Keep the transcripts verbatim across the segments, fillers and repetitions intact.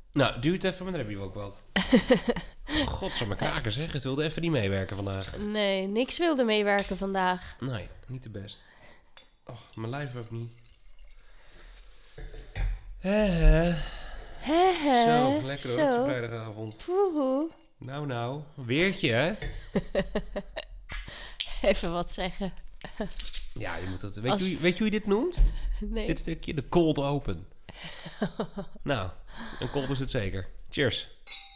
Nou, duw het even, maar dan heb je ook wat. Godsamme kraken zeg, het wilde even niet meewerken vandaag. Nee, niks wilde meewerken vandaag. Nee, niet de best. Oh, mijn lijf ook niet. Hehe. Hehe. Zo, lekker hoor, Zo. op de vrijdagavond. Woehoe. Nou, nou, weertje hè? Even wat zeggen. Ja, je moet het. Weet, Als... je, hoe- weet je hoe je dit noemt? Nee. Dit stukje, de cold open. Nou, een cold is het zeker. Cheers.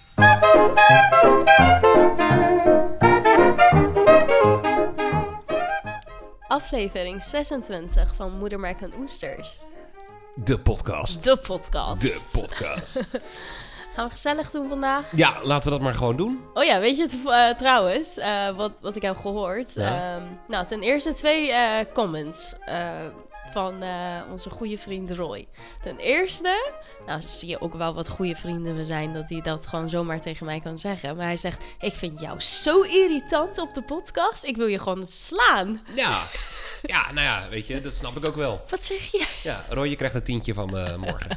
Aflevering zesentwintig van Moedermerk en Oesters. De podcast. De podcast. De podcast. Gaan we gezellig doen vandaag? Ja, laten we dat maar gewoon doen. Oh ja, weet je het uh, trouwens, uh, wat, wat ik heb gehoord? Ja. Um, nou, ten eerste twee uh, comments uh, van uh, onze goede vriend Roy. Ten eerste, nou zie je ook wel wat goede vrienden we zijn, dat hij dat gewoon zomaar tegen mij kan zeggen. Maar hij zegt, ik vind jou zo irritant op de podcast, ik wil je gewoon slaan. Ja. Ja, nou ja, weet je, dat snap ik ook wel. Wat zeg je? Ja, Roy, je krijgt een tientje van me morgen.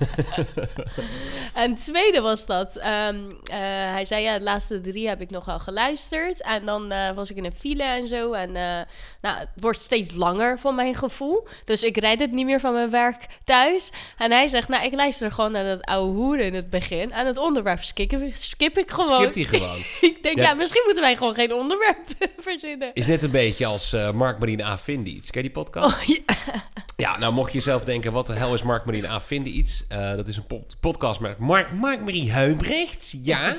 En tweede was dat, um, uh, hij zei ja, de laatste drie heb ik nogal geluisterd. En dan uh, was ik in een file en zo. En uh, nou, het wordt steeds langer voor mijn gevoel. Dus ik rijd het niet meer van mijn werk thuis. En hij zegt, nou, ik luister gewoon naar dat oude hoeren in het begin. En het onderwerp skip, skip ik gewoon. Skipt hij gewoon. Ik denk, Ja. ja. misschien moeten wij gewoon geen onderwerp verzinnen. Is net een beetje als uh, Mark Marine A. Vinde iets. Ken je die podcast? Oh, ja. Ja, nou mocht je zelf denken, wat de hel is Mark Marine A. Vinde iets? Uh, dat is een pod- podcast met Mark, Mark Marie Huibrecht, ja.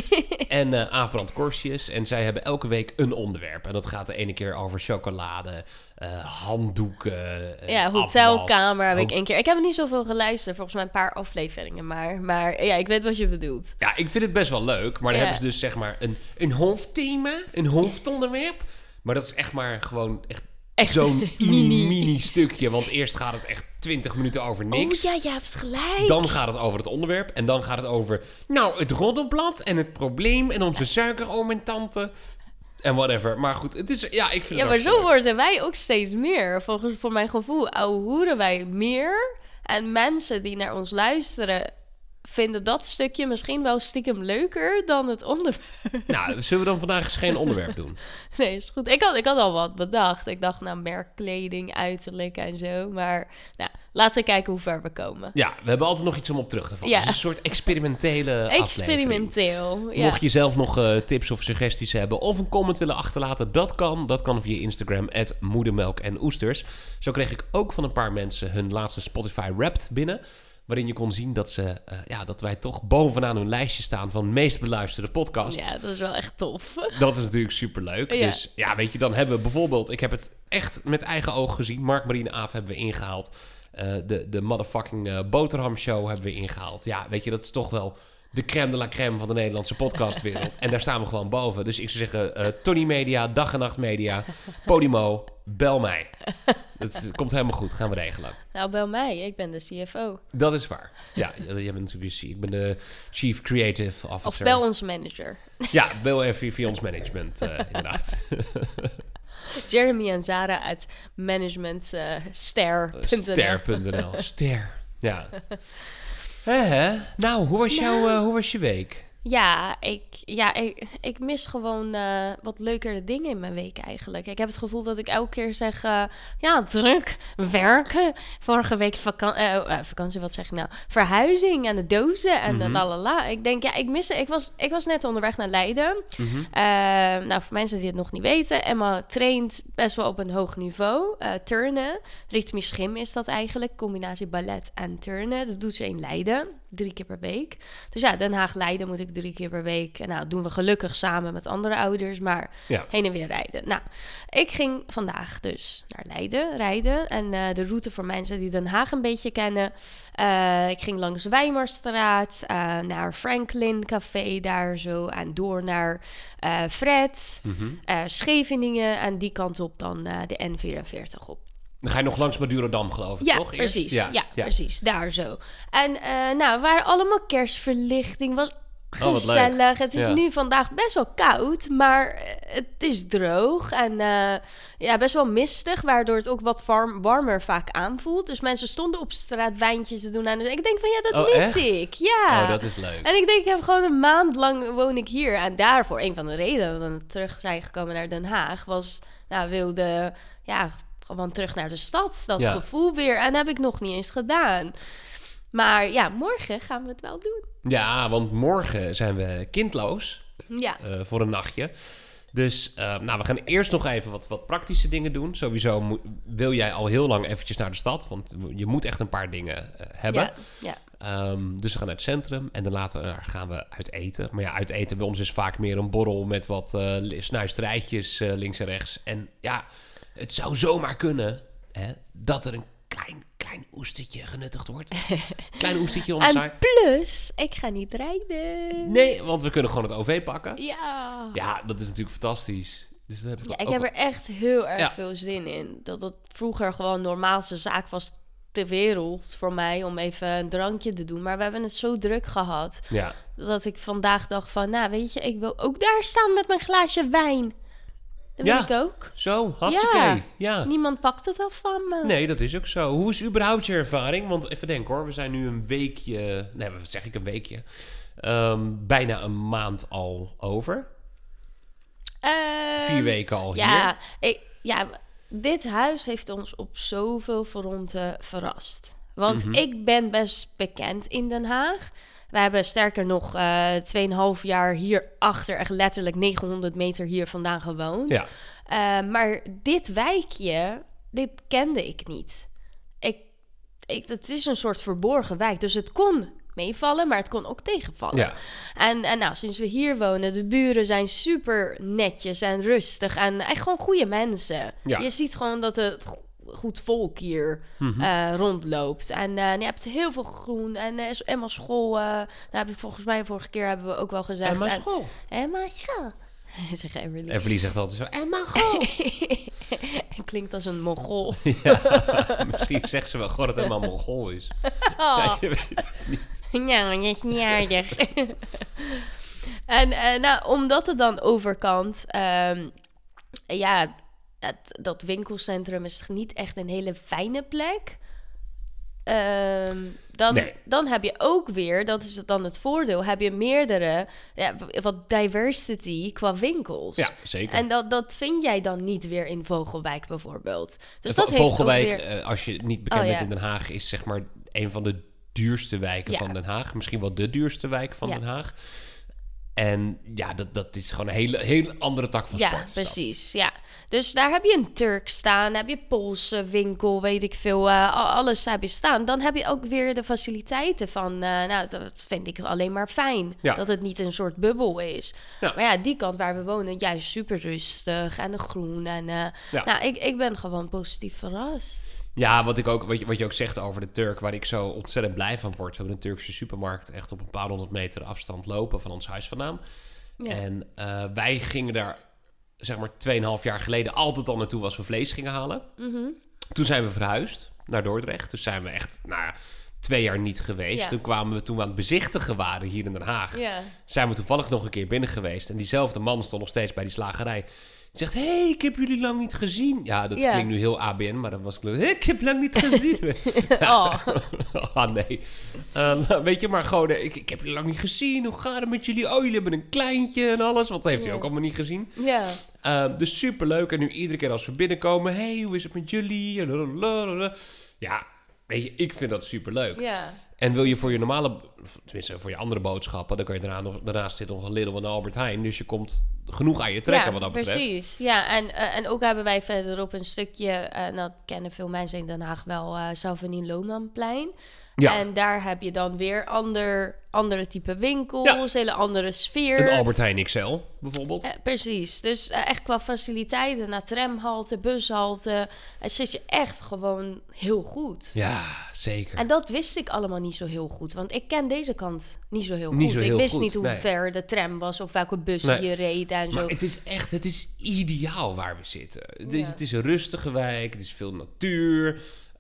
en uh, Aafbrand Korsjes. En zij hebben elke week een onderwerp. En dat gaat de ene keer over chocolade, uh, handdoeken, uh, Ja, hotelkamer heb afwas. ik één keer. Ik heb niet zoveel geluisterd, volgens mij een paar afleveringen maar. Maar ja, ik weet wat je bedoelt. Ja, ik vind het best wel leuk. Maar dan Ja. hebben ze dus zeg maar een, een hoofdthema, een hoofdonderwerp. Maar dat is echt maar gewoon echt, Echt zo'n mini. mini, mini stukje. Want eerst gaat het echt twintig minuten over niks. Oh ja, je hebt gelijk. Dan gaat het over het onderwerp. En dan gaat het over, nou, het roddelblad en het probleem en onze suikeroom en tante. En whatever. Maar goed, het is, ja, ik vind Ja, het maar zo hartstikke leuk. worden wij ook steeds meer. Volgens voor mijn gevoel ouwe hoeren wij meer. En mensen die naar ons luisteren vinden dat stukje misschien wel stiekem leuker dan het onderwerp. Nou, zullen we dan vandaag eens geen onderwerp doen? Nee, is goed. Ik had, ik had al wat bedacht. Ik dacht, nou, merkkleding, uiterlijk en zo. Maar nou, laten we kijken hoe ver we komen. Ja, we hebben altijd nog iets om op terug te vallen. Ja. Het is een soort experimentele aflevering. Experimenteel. Ja. Mocht je zelf nog uh, tips of suggesties hebben of een comment willen achterlaten, dat kan. Dat kan via Instagram, at moedermelk en oesters. Zo kreeg ik ook van een paar mensen hun laatste Spotify Wrapped binnen. Waarin je kon zien dat, ze, uh, ja, dat wij toch bovenaan hun lijstje staan van meest beluisterde podcasts. Ja, dat is wel echt tof. Dat is natuurlijk superleuk. Ja. Dus ja, weet je, dan hebben we bijvoorbeeld, ik heb het echt met eigen ogen gezien. Mark Marine Aaf hebben we ingehaald. Uh, de, de motherfucking uh, boterham show hebben we ingehaald. Ja, weet je, dat is toch wel de crème de la crème van de Nederlandse podcastwereld. En daar staan we gewoon boven. Dus ik zou zeggen, uh, Tony Media, Dag en Nacht Media, Podimo, bel mij. Dat komt helemaal goed, gaan we regelen. Nou, bel mij. Ik ben de C F O. Dat is waar. Ja, jij bent natuurlijk, ik ben de Chief Creative Of Officer. bel ons manager. Ja, bel even via ons management, uh, inderdaad. Jeremy en Zara uit managementster punt n l. Ster punt n l. Ster. Ja. Hè, hè? Nou, hoe was, jouw, Nou. uh, hoe was je week? Ja, ik, ja ik, ik mis gewoon uh, wat leukere dingen in mijn week eigenlijk. Ik heb het gevoel dat ik elke keer zeg, uh, ja, druk, werken. Vorige week vaka- uh, uh, vakantie, wat zeg ik nou? Verhuizing en de dozen en Mhm. de lalala. Ik denk, ja, ik mis het. Ik was, ik was net onderweg naar Leiden. Mm-hmm. Uh, nou, voor mensen die het nog niet weten, Emma traint best wel op een hoog niveau. Uh, turnen, ritmisch gym is dat eigenlijk. Combinatie ballet en turnen. Dat doet ze in Leiden, drie keer per week. Dus ja, Den Haag-Leiden moet ik drie keer per week. En nou, doen we gelukkig samen met andere ouders, maar Ja. heen en weer rijden. Nou, ik ging vandaag dus naar Leiden rijden. En uh, de route voor mensen die Den Haag een beetje kennen. Uh, ik ging langs Weimarstraat, uh, naar Franklin Café daar zo. En door naar uh, Fred, Mm-hmm. uh, Scheveningen. En die kant op dan uh, de N vierenveertig op. Dan ga je nog langs Madurodam, geloof ik, Ja, toch? Eerst? precies. Ja, ja, precies. Daar zo. En uh, nou, er waren allemaal kerstverlichting. Was Oh, wat leuk. Gezellig. Het is Ja. nu vandaag best wel koud, maar het is droog en uh, ja, best wel mistig, waardoor het ook wat warm, warmer vaak aanvoelt. Dus mensen stonden op straat wijntjes te doen. En dus ik denk van, ja, dat Oh, mis echt? ik. Ja. Oh, dat is leuk. En ik denk, ik heb gewoon een maand lang woon ik hier. En daarvoor, een van de redenen dat we terug zijn gekomen naar Den Haag, was, nou, wilde, ja, gewoon terug naar de stad. Dat Ja. gevoel weer. En dat heb ik nog niet eens gedaan. Maar ja, morgen gaan we het wel doen. Ja, want morgen zijn we kindloos Ja. uh, voor een nachtje. Dus uh, nou, we gaan eerst nog even wat, wat praktische dingen doen. Sowieso mo- wil jij al heel lang eventjes naar de stad. Want je moet echt een paar dingen uh, hebben. Ja, ja. Um, dus we gaan naar het centrum en dan later gaan we uit eten. Maar ja, uit eten bij ons is vaak meer een borrel met wat uh, snuisterijtjes uh, links en rechts. En ja, het zou zomaar kunnen hè, dat er een klein, klein oestertje genuttigd wordt. Klein oestertje on the En side. plus, ik ga niet rijden. Nee, want we kunnen gewoon het O V pakken. Ja. Ja, dat is natuurlijk fantastisch. Dus daar heb Ja, ik ik ook heb wel- er echt heel erg Ja. veel zin in. Dat het vroeger gewoon de normaalste zaak was ter wereld voor mij om even een drankje te doen. Maar we hebben het zo druk gehad Ja. dat ik vandaag dacht van, nou weet je, ik wil ook daar staan met mijn glaasje wijn. Dat wil Ja. ik ook. Zo, hartstikke. Ja. Ja. ja. Niemand pakt het af van me. Nee, dat is ook zo. Hoe is überhaupt je ervaring? Want even denken hoor, we zijn nu een weekje... Nee, wat zeg ik een weekje? Ehm, bijna een maand al over. Ehm, Vier weken al Ja, hier. ik, ja, dit huis heeft ons op zoveel fronten verrast. Want Mhm. ik ben best bekend in Den Haag. We hebben sterker nog eh tweeënhalf jaar hierachter, echt letterlijk negenhonderd meter hier vandaan gewoond. Ja. Eh, maar dit wijkje, dit kende ik niet. Ik, ik, het is een soort verborgen wijk, dus het kon meevallen, maar het kon ook tegenvallen. Ja. En, en nou, sinds we hier wonen, de buren zijn super netjes en rustig en echt gewoon goede mensen. Ja. Je ziet gewoon dat het go- goed volk hier Mhm. eh, rondloopt. En eh, je hebt heel veel groen en er is Emma school. eh daar heb ik volgens mij vorige keer hebben we ook wel gezegd. En mijn En- school. Emma school. Zeg Everly. Everly zegt altijd zo, en mijn school. Klinkt als een Mongool. Ja, misschien zegt ze wel gewoon dat het helemaal Mongool is. Ja, je weet het niet. Ja, dat is niet aardig. en eh, nou, omdat het dan overkant... ehm, ja, het, dat winkelcentrum is niet echt een hele fijne plek. Ehm, dan, Nee. dan heb je ook weer, dat is dan het voordeel... heb je meerdere, ja, wat diversity qua winkels. Ja, zeker. En dat, dat vind jij dan niet weer in Vogelwijk bijvoorbeeld. Dus Vo- dat heeft ook Vogelwijk, weer... eh, als je niet bekend Oh, bent ja. in Den Haag... is zeg maar een van de duurste wijken Ja. van Den Haag. Misschien wel de duurste wijk van Ja. Den Haag. En ja, dat, dat is gewoon een hele, hele andere tak van Ja, sport. is dat. precies. Ja. Dus daar heb je een Turk staan, heb je Poolse winkel, weet ik veel, eh, a- alles heb je staan. Dan heb je ook weer de faciliteiten van, eh, nou, dat vind ik alleen maar fijn. Ja. Dat het niet een soort bubbel is. Ja. Maar ja, die kant waar we wonen, juist super rustig en de groen. En eh, Ja. nou, ik, ik ben gewoon positief verrast. Ja, wat, ik ook, wat, je, wat je ook zegt over de Turk, waar ik zo ontzettend blij van word. We hebben een Turkse supermarkt echt op een paar honderd meter afstand lopen van ons huis vandaan. Ja. En uh, wij gingen daar, zeg maar, tweeënhalf jaar geleden altijd al naartoe als we vlees gingen halen. Mhm. Toen zijn we verhuisd naar Dordrecht. Dus zijn we echt, nou ja, twee jaar niet geweest. Ja. Toen kwamen we, toen we aan het bezichtigen waren hier in Den Haag, Ja. zijn we toevallig nog een keer binnen geweest. En diezelfde man stond nog steeds bij die slagerij. Die zegt, hé, hey, ik heb jullie lang niet gezien. Ja, dat Ja. klinkt nu heel A B N, maar dat was... Hey, ik heb lang niet gezien. Oh. Ah, nee. Uh, weet je, maar gewoon, eh, ik, ik heb jullie lang niet gezien. Hoe gaat het met jullie? Oh, jullie hebben een kleintje en alles. Want dat heeft hij Ja. ook allemaal niet gezien. Ja. Uh, dus superleuk. En nu iedere keer als we binnenkomen... hey, hoe is het met jullie? Lalalala. Ja, weet je, ik vind dat superleuk. Ja. En wil je voor je normale... tenminste, voor je andere boodschappen... dan kan je daarna nog, daarnaast zit nog een Lidl en een Albert Heijn. Dus je komt genoeg aan je trekken ja, wat dat betreft. precies. Ja, en, eh, en ook hebben wij verderop een stukje... en dat kennen veel mensen in Den Haag wel... uh, Salvanin Loonmanplein. Ja, En daar heb je dan weer ander, andere type winkels, hele andere sfeer. een Albert Heijn X L bijvoorbeeld. Eh, precies. Dus eh, echt qua faciliteiten, naar tramhalte, bushalte, eh, zit je echt gewoon heel goed. Ja, zeker. En dat wist ik allemaal niet zo heel goed, want ik ken deze kant niet zo heel Niet goed. zo heel ik wist goed, niet hoe nee. ver de tram was of welke bus Nee. je reed en zo. Maar het is echt, het is ideaal waar we zitten. Het is, Ja. het is een rustige wijk, het is veel natuur.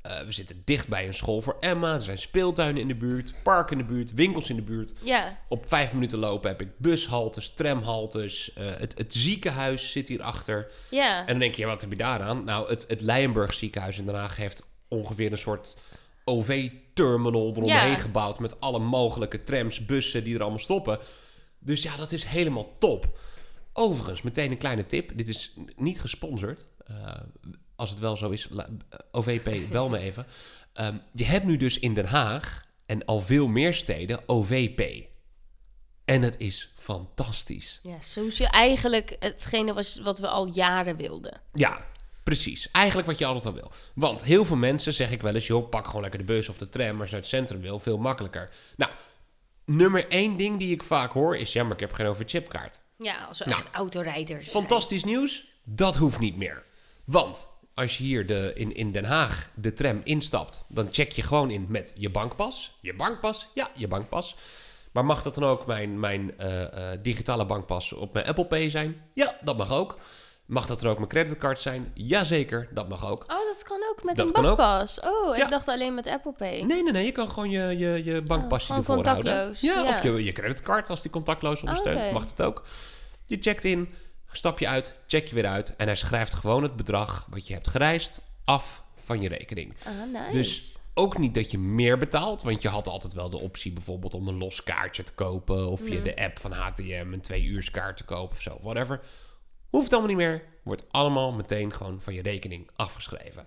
Uh, we zitten dicht bij een school voor Emma. Er zijn speeltuinen in de buurt, parken in de buurt, winkels in de buurt. Ja. Op vijf minuten lopen heb ik bushaltes, tramhaltes. Uh, het, het ziekenhuis zit hierachter. Ja. En dan denk je, ja, wat heb je daaraan? Nou, het, het Leijenburg ziekenhuis in Den Haag heeft ongeveer een soort O V-terminal eromheen Ja. gebouwd. Met alle mogelijke trams, bussen die er allemaal stoppen. Dus ja, dat is helemaal top. Overigens, meteen een kleine tip. Dit is niet gesponsord. Uh, als het wel zo is, la, O V P, bel me even. Um, je hebt nu dus in Den Haag en al veel meer steden O V P. En het is fantastisch. Ja, zo is je eigenlijk hetgene was, wat we al jaren wilden. Ja, precies. Eigenlijk wat je altijd al wil. Want heel veel mensen, zeg ik wel eens, joh, pak gewoon lekker de bus of de tram als je naar het centrum wil. Veel makkelijker. Nou, nummer één ding die ik vaak hoor is, ja, maar ik heb geen O V-chipkaart. Ja, als we Nou, echt autorijders zijn. Fantastisch nieuws. Dat hoeft niet meer. Want als je hier de, in, in Den Haag de tram instapt, dan check je gewoon in met je bankpas. Je bankpas? Ja, je bankpas. Maar mag dat dan ook mijn, mijn uh, uh, digitale bankpas op mijn Apple Pay zijn? Ja, dat mag ook. Mag dat er ook mijn creditcard zijn? Jazeker, dat mag ook. Oh, dat kan ook met Dat een kan ook. bankpas. Oh, ik Ja. dacht alleen met Apple Pay. Nee, nee, nee. Je kan gewoon je, je, je bankpasje Oh, gewoon ervoor houden. contactloos, Ja, ja. of je, je creditcard als die contactloos ondersteunt. Oké. Mag het ook. Je checkt in, stap je uit, check je weer uit. En hij schrijft gewoon het bedrag wat je hebt gereisd af van je rekening. Ah, nice. Dus ook niet dat je meer betaalt. Want je had altijd wel de optie bijvoorbeeld om een los kaartje te kopen. Of via de app van H T M een twee uurskaart te kopen of zo. Whatever. Hoeft allemaal niet meer. Wordt allemaal meteen gewoon van je rekening afgeschreven.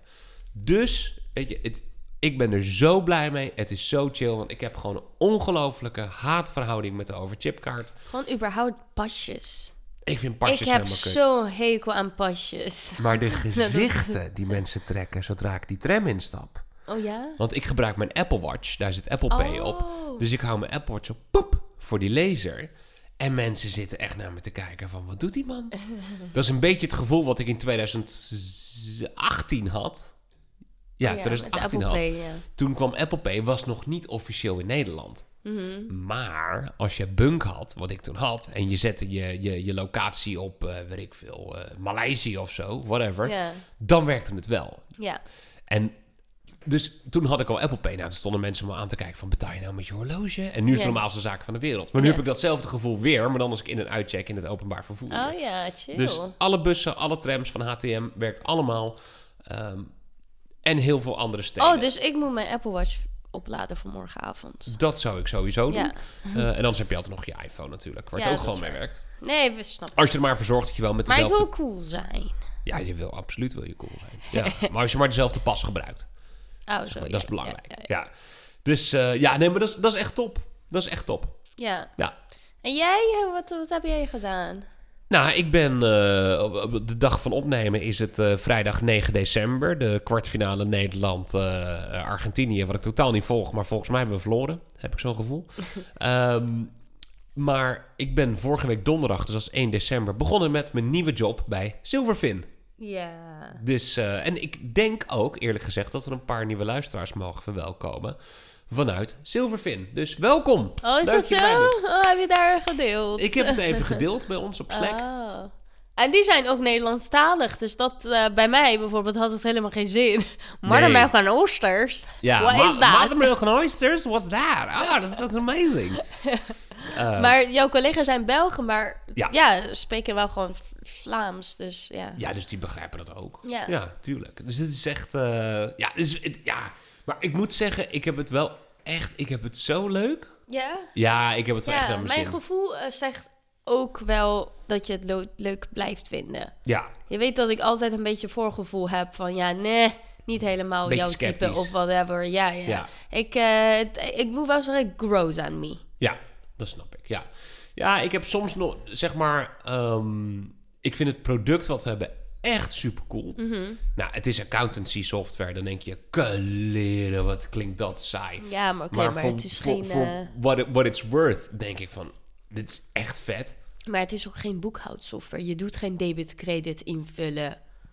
Dus, weet je, het, ik ben er zo blij mee. Het is zo chill. Want ik heb gewoon een ongelofelijke haatverhouding met de overchipkaart. Gewoon überhaupt pasjes. Ik vind pasjes ik heb helemaal kut. zo'n hekel aan pasjes. Maar de gezichten die mensen trekken zodra ik die tram instap. Oh ja? Want ik gebruik mijn Apple Watch. Daar zit Apple Pay Oh. op. Dus ik hou mijn Apple Watch op. Poep, voor die laser. En mensen zitten echt naar me te kijken van, wat doet die man? Dat is een beetje het gevoel wat ik in twintig achttien had. Ja, Oh ja, twintig achttien met had. Apple Pay, ja. Toen kwam Apple Pay, was nog niet officieel in Nederland. Mhm. Maar als je Bunk had, wat ik toen had, en je zette je, je, je locatie op, uh, weet ik veel, uh, Maleisië of zo, whatever, Ja. dan werkte het wel. Ja. En dus toen had ik al Apple Pay. Nou, toen stonden mensen me aan te kijken van, betaal je nou met je horloge? En nu is het Ja. de normaalste zaak van de wereld. Maar nu Ja. heb ik datzelfde gevoel weer, maar dan als ik in- en uitcheck in het openbaar vervoer. Oh ja, chill. Dus alle bussen, alle trams van H T M werkt allemaal. Um, en heel veel andere steden. Oh, dus ik moet mijn Apple Watch opladen voor morgenavond. Dat zou ik sowieso doen. Ja. Uh, en anders heb je altijd nog je iPhone natuurlijk, waar Ja, het ook dat gewoon is mee waar. werkt. Nee, we snappen. Als je er maar voor zorgt dat je wel met Maar ik dezelfde... wil cool zijn. Ja, je wil absoluut wil je cool zijn. Ja. Maar als je maar dezelfde pas gebruikt. Oh, zo, dat ja, is belangrijk. Ja, Ja, ja, ja. Dus uh, ja, nee, maar dat is, dat is echt top. Dat is echt top. Ja. Ja. En jij, wat, wat heb jij gedaan? Nou, ik ben uh, op op de dag van opnemen is het uh, vrijdag negen december. De kwartfinale Nederland-Argentinië, wat ik totaal niet volg. Maar volgens mij hebben we verloren, heb ik zo'n gevoel. um, maar ik ben vorige week donderdag, dus dat is één december, begonnen met mijn nieuwe job bij Silverfin. Ja. Dus, uh, en ik denk ook, eerlijk gezegd, dat we een paar nieuwe luisteraars mogen verwelkomen vanuit Silverfin. Dus welkom. Oh, is Leuk dat je zo? erbij bent. Oh, heb je daar gedeeld? Ik heb het even gedeeld bij ons op Slack. Oh. En die zijn ook Nederlandstalig. Dus dat uh, bij mij bijvoorbeeld had het helemaal geen zin. Mothermilk and oysters. Ja, What ma- is that? Mothermilk and oysters? What's that? Oh, that's, that's amazing. Uh, Maar jouw collega's zijn Belgen, maar Ja. ja, spreken wel gewoon Vlaams. Dus ja. ja, dus die begrijpen dat ook. Ja. Ja, tuurlijk. Dus het is echt... Uh, ja, dus, het, ja, maar ik moet zeggen, ik heb het wel echt... Ik heb het zo leuk. Ja? Ja, ik heb het wel echt Ja, naar mijn mijn zin. gevoel uh, zegt ook wel dat je het lo- leuk blijft vinden. Ja, Je weet dat ik altijd een beetje voorgevoel heb van ja, nee, niet helemaal Beetje jouw type sceptisch. of whatever. Ja, ja. Ja. Ik, uh, het- ik moet wel zeggen, it grows on me. ja, dat snap ik. Ja, ja ik heb soms nog, zeg maar... Um, ik vind het product wat we hebben echt super cool. Mm-hmm. Nou, het is accountancy software. Dan denk je, kaleren, wat klinkt dat saai. Ja, maar oké, maar, voor, het is voor, geen... voor uh, what, it, what it's worth, denk ik van... Dit is echt vet. maar het is ook geen boekhoudsoftware. Je doet geen debit-credit invullen.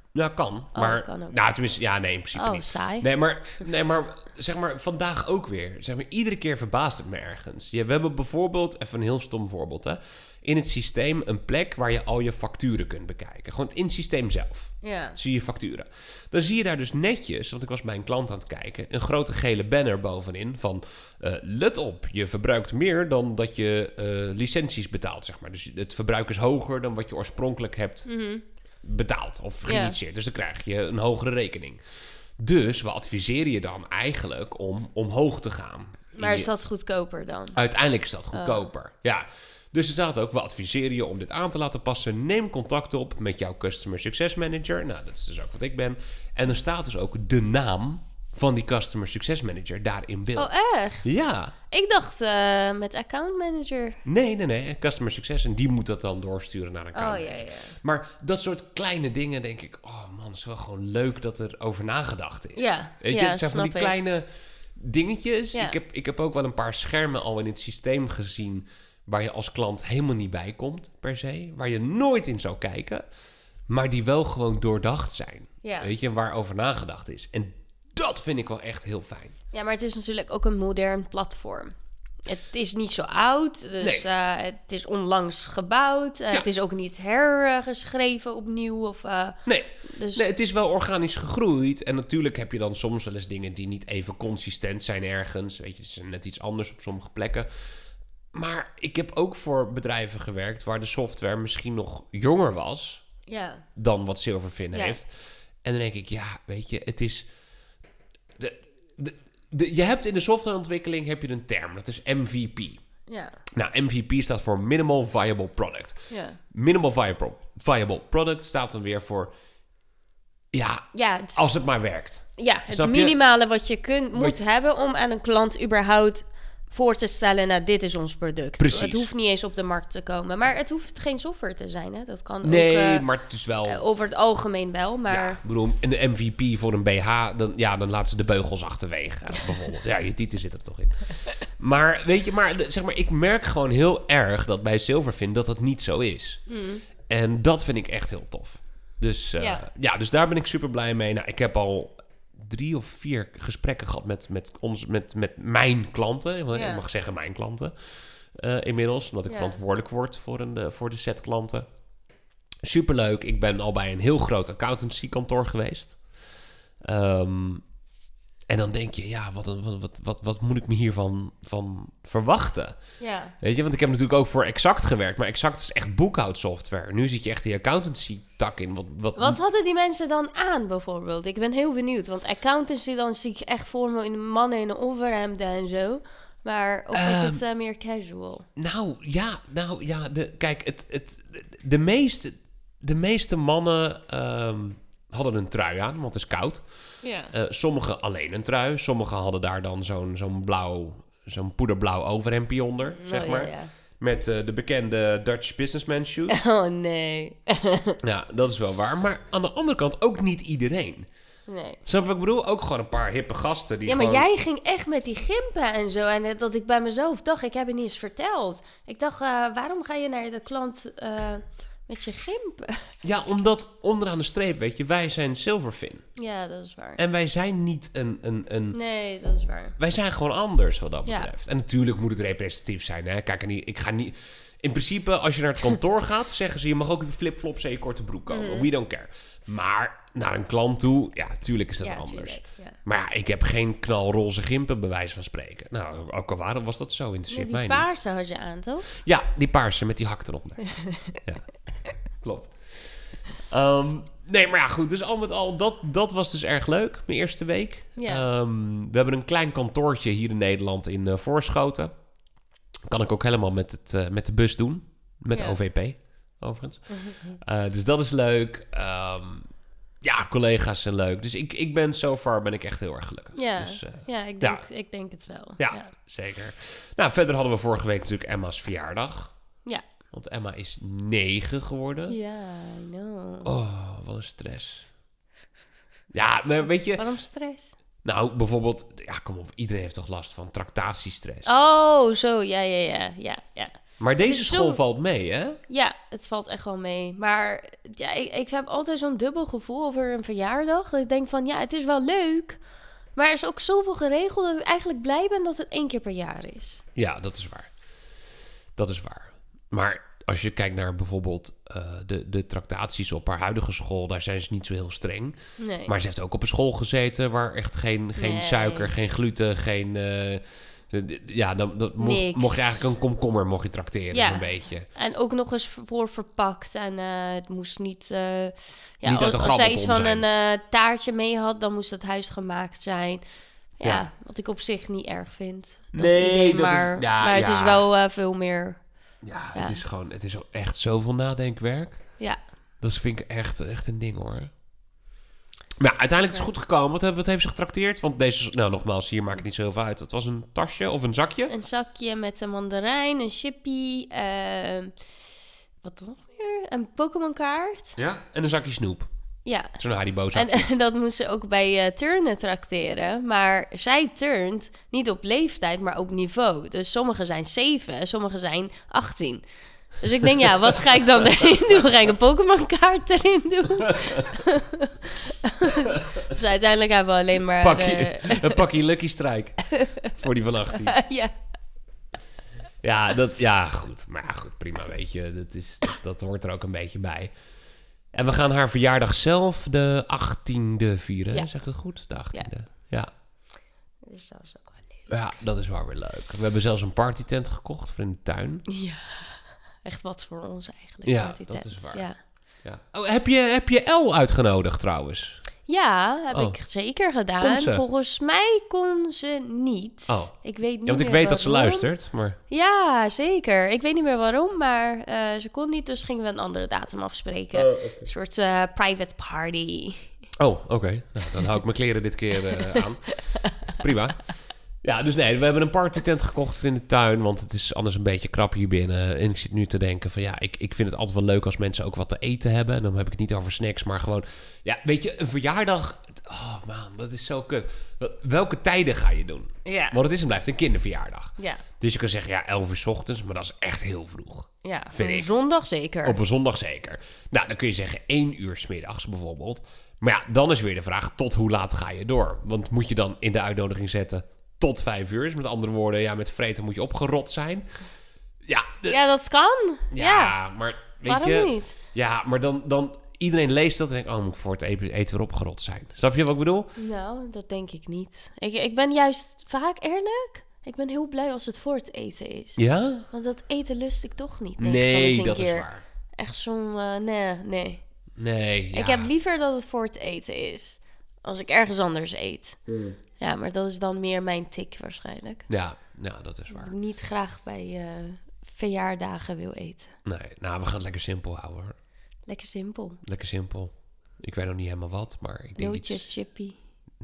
Nou, kan. Maar, kan ook. nou, tenminste, ja, nee, in principe Oh, niet. saai. Nee, maar, nee, maar zeg maar, vandaag ook weer. Zeg maar, iedere keer verbaast het me ergens. Ja, we hebben bijvoorbeeld, even een heel stom voorbeeld, hè. In het systeem een plek waar je al je facturen kunt bekijken. Gewoon in het systeem zelf. Ja. Zie je facturen. Dan zie je daar dus netjes, want ik was bij een klant aan het kijken, een grote gele banner bovenin van uh, let op, je verbruikt meer dan dat je uh, licenties betaalt, zeg maar. Dus het verbruik is hoger dan wat je oorspronkelijk hebt Mm-hmm. betaald of geïnitieerd. Ja. Dus dan krijg je een hogere rekening. Dus we adviseren je dan eigenlijk om omhoog te gaan. Maar is dat goedkoper dan? Uiteindelijk is dat goedkoper, oh. ja. Dus er staat ook, we adviseren je om dit aan te laten passen. Neem contact op met jouw Customer Success Manager. Nou, dat is dus ook wat ik ben. En er staat dus ook de naam van die Customer Success Manager daar in beeld. Oh, echt? Ja. Ik dacht uh, met Account Manager. Nee, nee, nee. Customer Success. En die moet dat dan doorsturen naar een account oh, manager. Ja, ja. Maar dat soort kleine dingen denk ik, oh man, het is wel gewoon leuk dat er over nagedacht is. Ja, Weet je, ja, het zijn van die ik. kleine dingetjes. Ja. Ik, heb, ik heb ook wel een paar schermen al in het systeem gezien waar je als klant helemaal niet bij komt, per se. Waar je nooit in zou kijken, maar die wel gewoon doordacht zijn. Ja. Weet je, waarover nagedacht is. En dat vind ik wel echt heel fijn. Ja, maar het is natuurlijk ook een modern platform. Het is niet zo oud, dus nee. uh, het is onlangs gebouwd. Uh, ja. Het is ook niet hergeschreven opnieuw. Of, uh, nee. Dus... nee, het is wel organisch gegroeid. En natuurlijk heb je dan soms wel eens dingen die niet even consistent zijn ergens. Weet je, het is net iets anders op sommige plekken. Maar ik heb ook voor bedrijven gewerkt waar de software misschien nog jonger was ja. dan wat Silverfin ja. heeft. En dan denk ik, ja, weet je, het is... De, de, de, je hebt in de softwareontwikkeling heb je een term, dat is M V P. Ja. Nou, M V P staat voor Minimal Viable Product. Ja. Minimal Viable, viable Product staat dan weer voor... Ja, ja het, als het maar werkt. Ja, het minimale wat je kunt, moet wat, hebben om aan een klant überhaupt voor te stellen, nou, dit is ons product. Precies. Het hoeft niet eens op de markt te komen. Maar het hoeft geen software te zijn, hè. Dat kan nee, ook... Nee, uh, maar het is wel... Uh, over het algemeen wel, maar... Ja, ik bedoel, in de M V P voor een B H, dan, ja, dan laten ze de beugels achterwege, bijvoorbeeld. Ja, je titel zit er toch in. Maar, weet je, maar, zeg maar, ik merk gewoon heel erg dat bij Silverfin dat dat niet zo is. Hmm. En dat vind ik echt heel tof. Dus, uh, ja. ja, dus daar ben ik super blij mee. Nou, ik heb al drie of vier gesprekken gehad met, met, ons, met, met mijn klanten. Ja. Ik mag zeggen mijn klanten uh, inmiddels. Omdat ik ja. verantwoordelijk word voor, een, uh, voor de set klanten. Superleuk. Ik ben al bij een heel groot accountancy kantoor geweest. Um, en dan denk je, ja, wat, wat, wat, wat, wat moet ik me hiervan van verwachten? Ja. Weet je, want ik heb natuurlijk ook voor Exact gewerkt. Maar Exact is echt boekhoudsoftware. Nu zit je echt die accountancy tak in. Wat, wat... wat hadden die mensen dan aan bijvoorbeeld? Ik ben heel benieuwd. Want accountancy, dan zie ik echt voor me in mannen in een overhemd en zo. Maar of is um, het uh, meer casual? Nou, ja, nou ja. De, kijk, het, het, de, meeste, de meeste mannen um, hadden een trui aan, want het is koud. Ja. Uh, sommigen alleen een trui. Sommigen hadden daar dan zo'n, zo'n blauw, zo'n poederblauw overhemdje onder, oh, zeg maar. Ja, ja. Met uh, de bekende Dutch businessman shoes. Oh, nee. Ja, dat is wel waar. Maar aan de andere kant ook niet iedereen. Nee. Snap je wat ik bedoel? Ook gewoon een paar hippe gasten die Ja, maar gewoon... jij ging echt met die gimpen en zo. En dat ik bij mezelf dacht, ik heb het niet eens verteld. Ik dacht, uh, waarom ga je naar de klant... Uh, met je gimpen. Ja, omdat onderaan de streep, weet je, wij zijn Silverfin. Ja, dat is waar. En wij zijn niet een... een, een... Nee, dat is waar. Wij zijn gewoon anders wat dat ja. betreft. En natuurlijk moet het representatief zijn. Hè? Kijk, ik ga niet... In principe, als je naar het kantoor gaat, zeggen ze... je mag ook in flipflops en je korte broek komen. Mm. We don't care. Maar naar een klant toe, ja, tuurlijk is dat ja, anders. Tuurlijk, ja. Maar ja, ik heb geen knalroze gimpen, bij wijze van spreken. Nou, ook al waren, was dat zo, interesseert mij niet. Die paarse had je aan, toch? Ja, die paarse met die hak eronder. Ja, klopt. Um, nee, maar ja, goed. Dus al met al, dat, dat was dus erg leuk, mijn eerste week. Ja. Um, we hebben een klein kantoortje hier in Nederland in uh, Voorschoten. Kan ik ook helemaal met, het, uh, met de bus doen. Met ja. O V P, overigens. Uh, dus dat is leuk. Um, ja, collega's zijn leuk. Dus ik, ik ben, so far ben ik echt heel erg gelukkig. Ja, dus, uh, ja, ik, denk, ja. ik denk het wel. Ja, ja, zeker. Nou, verder hadden we vorige week natuurlijk Emma's verjaardag. Ja. Want Emma is negen geworden. Ja, I know. Oh, wat een stress. Ja, maar weet je... Waarom stress? Nou, bijvoorbeeld... Ja, kom op. Iedereen heeft toch last van tractatiestress? Oh, zo. Ja, ja, ja. Ja, ja. Maar deze is school zo- valt mee, hè? Ja, het valt echt wel mee. Maar ja, ik, ik heb altijd zo'n dubbel gevoel over een verjaardag. Dat ik denk van, ja, het is wel leuk. Maar er is ook zoveel geregeld dat ik eigenlijk blij ben dat het één keer per jaar is. Ja, dat is waar. Dat is waar. Maar als je kijkt naar bijvoorbeeld uh, de, de tractaties op haar huidige school, daar zijn ze niet zo heel streng. Nee. Maar ze heeft ook op een school gezeten waar echt geen, geen Nee. suiker, geen gluten, geen... Uh, ja, dan, dan mocht, Niks. mocht je eigenlijk een komkommer mocht je trakteren, Ja. zo'n beetje. En ook nog eens voor verpakt. En uh, het moest niet... Uh, ja, Niet uit de als, als zij iets grabbelton van zijn. een uh, taartje mee had, dan moest het huisgemaakt zijn. Ja, Ja. wat ik op zich niet erg vind. Dat Nee, idee, dat is- maar, ja, maar het ja. is wel uh, veel meer... Ja, Ja. het is gewoon, het is echt zoveel nadenkwerk. Ja, Dat vind ik echt, echt een ding, hoor. Maar ja, uiteindelijk is het goed gekomen. Wat, heeft- wat heeft ze getrakteerd? Want deze, nou nogmaals, hier maakt het niet zo heel veel uit. Het was een tasje of een zakje. een zakje met een mandarijn, een chippy, uh, wat nog meer? Een Pokémon kaart. Ja. En een zakje snoep. Ja, Zo'n Haribo zakje. en, en dat moest ze ook bij uh, turnen trakteren. Maar zij turnt niet op leeftijd, maar op niveau. Dus sommige zijn zeven, sommige zijn achttien. Dus ik denk, ja, wat ga ik dan erin doen? Ga ik een Pokémon kaart erin doen? Dus uiteindelijk hebben we alleen maar... Pakje, uh, een pakje Lucky Strike. Voor die van achttien. ja. Ja, dat, ja, goed. Maar ja, goed, prima, weet je. Dat, is, dat, dat hoort er ook een beetje bij. En we gaan haar verjaardag zelf de achttiende vieren. Ja. Zeg ik dat goed? De achttiende. Ja. Dus dat is ook wel leuk. Ja, dat is wel weer leuk. We hebben zelfs een partytent gekocht voor in de tuin. Ja, echt wat voor ons eigenlijk. Ja, partytent. dat is waar. Ja, Ja. Oh, heb je, heb je El uitgenodigd trouwens? ja heb Oh. ik zeker gedaan. Kon ze? Volgens mij kon ze niet. Oh. Ik weet niet Ja, want ik meer weet dat ze waarom. luistert, maar... Ja, zeker. Ik weet niet meer waarom, maar uh, ze kon niet, dus gingen we een andere datum afspreken. Oh, Een soort uh, private party. Oh, oké. Nou, dan hou ik mijn kleren dit keer uh, aan. Prima. Ja, dus nee, we hebben een partytent gekocht voor in de tuin, want het is anders een beetje krap hier binnen. En ik zit nu te denken van ja, ik, ik vind het altijd wel leuk als mensen ook wat te eten hebben. En dan heb ik het niet over snacks, maar gewoon... Ja, weet je, een verjaardag... Oh man, dat is zo kut. Welke tijden ga je doen? Ja. Want het is en blijft een kinderverjaardag. Ja, Dus je kan zeggen, ja, elf uur 's ochtends, maar dat is echt heel vroeg. ja. Vind Voor ik. zondag zeker. Op een zondag zeker. Nou, dan kun je zeggen één uur 's middags bijvoorbeeld. Maar ja, dan is weer de vraag, tot hoe laat ga je door? Want moet je dan in de uitnodiging zetten tot vijf uur? Dus met andere woorden, ja, met vreten moet je opgerot zijn. Ja, de- Ja, dat kan. ja, Ja, maar weet waarom je... niet? Ja, maar dan, dan... Iedereen leest dat en denkt, oh, moet ik voor het eten eten weer opgerot zijn. Snap je wat ik bedoel? Nou, dat denk ik niet. Ik, ik ben juist vaak eerlijk. Ik ben heel blij als het voor het eten is. Ja? Want dat eten lust ik toch niet. negen van de Nee, tien dat is keer. waar. Echt zo'n... uh, nee, nee. Nee, ja. Ik heb liever dat het voor het eten is. Als ik ergens anders eet. Hmm. Ja, maar dat is dan meer mijn tik waarschijnlijk. Ja, ja, dat is Dat waar. ik niet graag bij uh, verjaardagen wil eten. Nee, nou, we gaan het lekker simpel houden, hoor. Lekker simpel. Lekker simpel. Ik weet nog niet helemaal wat, maar ik denk Nootjes, iets... chippy.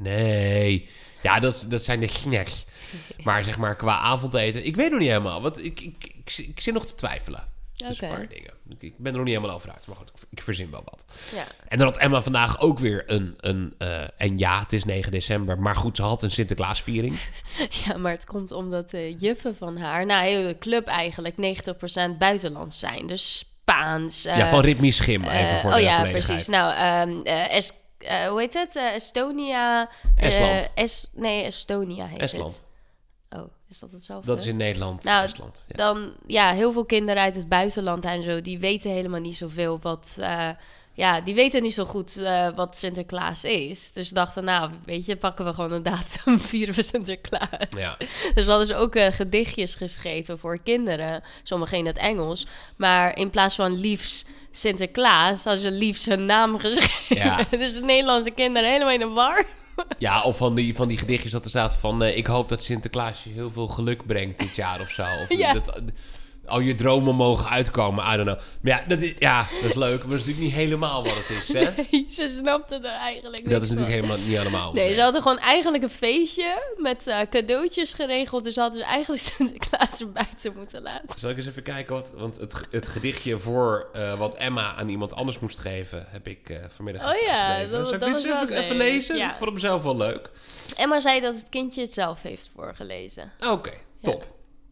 Nee. Ja, dat, dat zijn de snacks. Maar zeg maar, qua avondeten... Ik weet nog niet helemaal. Want ik, ik, ik, ik zit nog te twijfelen. Tussen Oké. een paar dingen. Ik, ik ben er nog niet helemaal over uit. Maar goed, ik, ik verzin wel wat. Ja. En dan had Emma vandaag ook weer een... een uh, en ja, het is negen december. Maar goed, ze had een Sinterklaasviering. Ja, maar het komt omdat de juffen van haar... Nou, de hele club eigenlijk negentig procent buitenlands zijn. Dus Spaans. Uh, ja, van Ritmi Schim. Even uh, voor oh de ja, volledigheid. precies. Nou, um, uh, es, uh, hoe heet het? Uh, Estonia. Uh, Estland. Es, nee, Estonia heet Estland. het. Oh, is dat hetzelfde? Dat is in Nederland. Nou, Estland. Ja. Dan, ja, heel veel kinderen uit het buitenland en zo... die weten helemaal niet zoveel wat... Uh, ja, die weten niet zo goed uh, wat Sinterklaas is. Dus dachten, nou, weet je, pakken we gewoon een datum, vieren we Sinterklaas. Ja. Dus hadden ze ook uh, gedichtjes geschreven voor kinderen. Sommigen in het Engels. Maar in plaats van liefs Sinterklaas, hadden ze liefs hun naam geschreven. Ja. Dus de Nederlandse kinderen helemaal in de war. Ja, of van die, van die gedichtjes dat er staat van... Uh, ik hoop dat Sinterklaas je heel veel geluk brengt dit jaar of zo. Of Ja. dat al je dromen mogen uitkomen, I don't know. Maar ja, dat is, ja, dat is leuk. Maar dat is natuurlijk niet helemaal wat het is, hè? Nee, ze snapten er eigenlijk Dat is niks natuurlijk van. helemaal niet allemaal. Nee, ze hadden gewoon eigenlijk een feestje met uh, cadeautjes geregeld. Dus hadden ze eigenlijk Sinterklaas er buiten moeten laten. Zal ik eens even kijken wat... Want het, het gedichtje voor uh, wat Emma aan iemand anders moest geven... heb ik uh, vanmiddag Oh even ja, geschreven. dat- Zal ik dat dit eens was even, wel even leuk. lezen? Ja. Ik vond hem zelf wel leuk. Emma zei dat het kindje het zelf heeft voorgelezen. Oké, okay, top.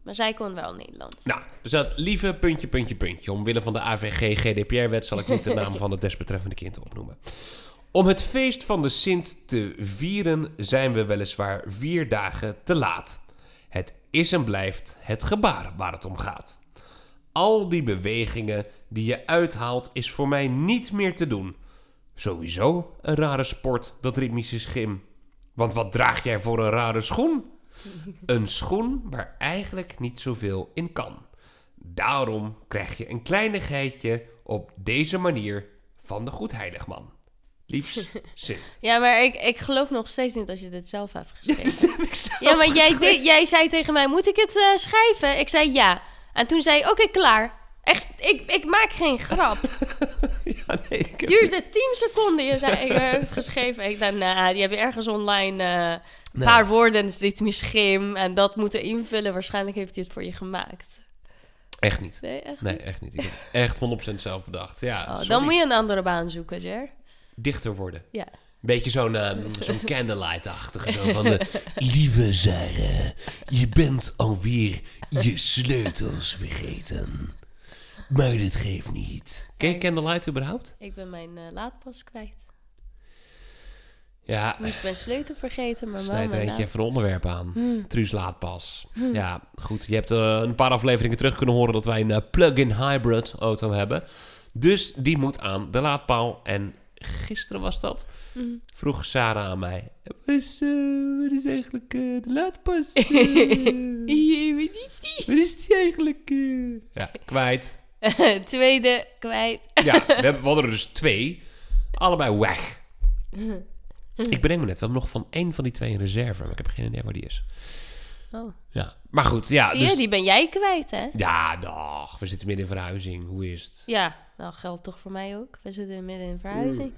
Maar zij kon wel Nederlands. Nou, dus dat lieve puntje, puntje, puntje. Omwille van de A V G G D P R-wet zal ik niet de naam van het desbetreffende kind opnoemen. Om het feest van de Sint te vieren zijn we weliswaar vier dagen te laat. Het is en blijft het gebaar waar het om gaat. Al die bewegingen die je uithaalt is voor mij niet meer te doen. Sowieso een rare sport, dat ritmische schim. Want wat draag jij voor een rare schoen? Een schoen waar eigenlijk niet zoveel in kan. Daarom krijg je een kleinigheidje op deze manier van de Goedheiligman. Liefs, Sint. Ja, maar ik, ik geloof nog steeds niet als je dit zelf hebt geschreven. Ja, dit heb ik zelf Ja, maar jij, geschreven. di- jij zei tegen mij, moet ik het uh, schrijven? Ik zei ja. En toen zei je, oké, klaar. Echt, ik, ik maak geen grap. Ja, nee, ik heb... Duurde tien seconden. Je zei, ik heb het geschreven. Ik dacht, nou, die heb je ergens online uh, een Nee. paar woorden. Het is dit misschien. En dat moeten invullen. Waarschijnlijk heeft hij het voor je gemaakt. Echt niet. Nee, echt Nee, niet? echt niet. Ik heb het echt honderd procent zelf bedacht. Ja, Oh, sorry. dan moet je een andere baan zoeken, Jer. Dichter worden. Ja. Beetje zo'n um, zo'n candlelight-achtige. Zo van de... Lieve Sarah, je bent alweer je sleutels vergeten. Maar dit geeft niet. Ken je candlelight überhaupt? Ik ben mijn uh, laadpas kwijt. Ja, Niet mijn sleutel vergeten, maar wel snijd er mijn eentje laad- even een onderwerp aan. Truus laadpas. Ja, goed. Je hebt uh, een paar afleveringen terug kunnen horen dat wij een uh, plug-in hybrid auto hebben. Dus die moet aan de laadpaal. En gisteren was dat. Mm. Vroeg Sarah aan mij. Wat is, uh, wat is eigenlijk uh, de laadpas? Uh, Wat is die? wat is die eigenlijk? Uh? Ja, kwijt. Tweede, kwijt. Ja, we, hebben, we hadden er dus twee. Allebei weg. Ik bedenk me net, we hebben nog van één van die twee in reserve. Maar ik heb geen idee waar die is. Oh. Ja, maar goed. Ja, Zie dus... je, die ben jij kwijt, hè? Ja, dag. We zitten midden in verhuizing. Hoe is het? Ja, nou geldt toch voor mij ook. We zitten midden in verhuizing.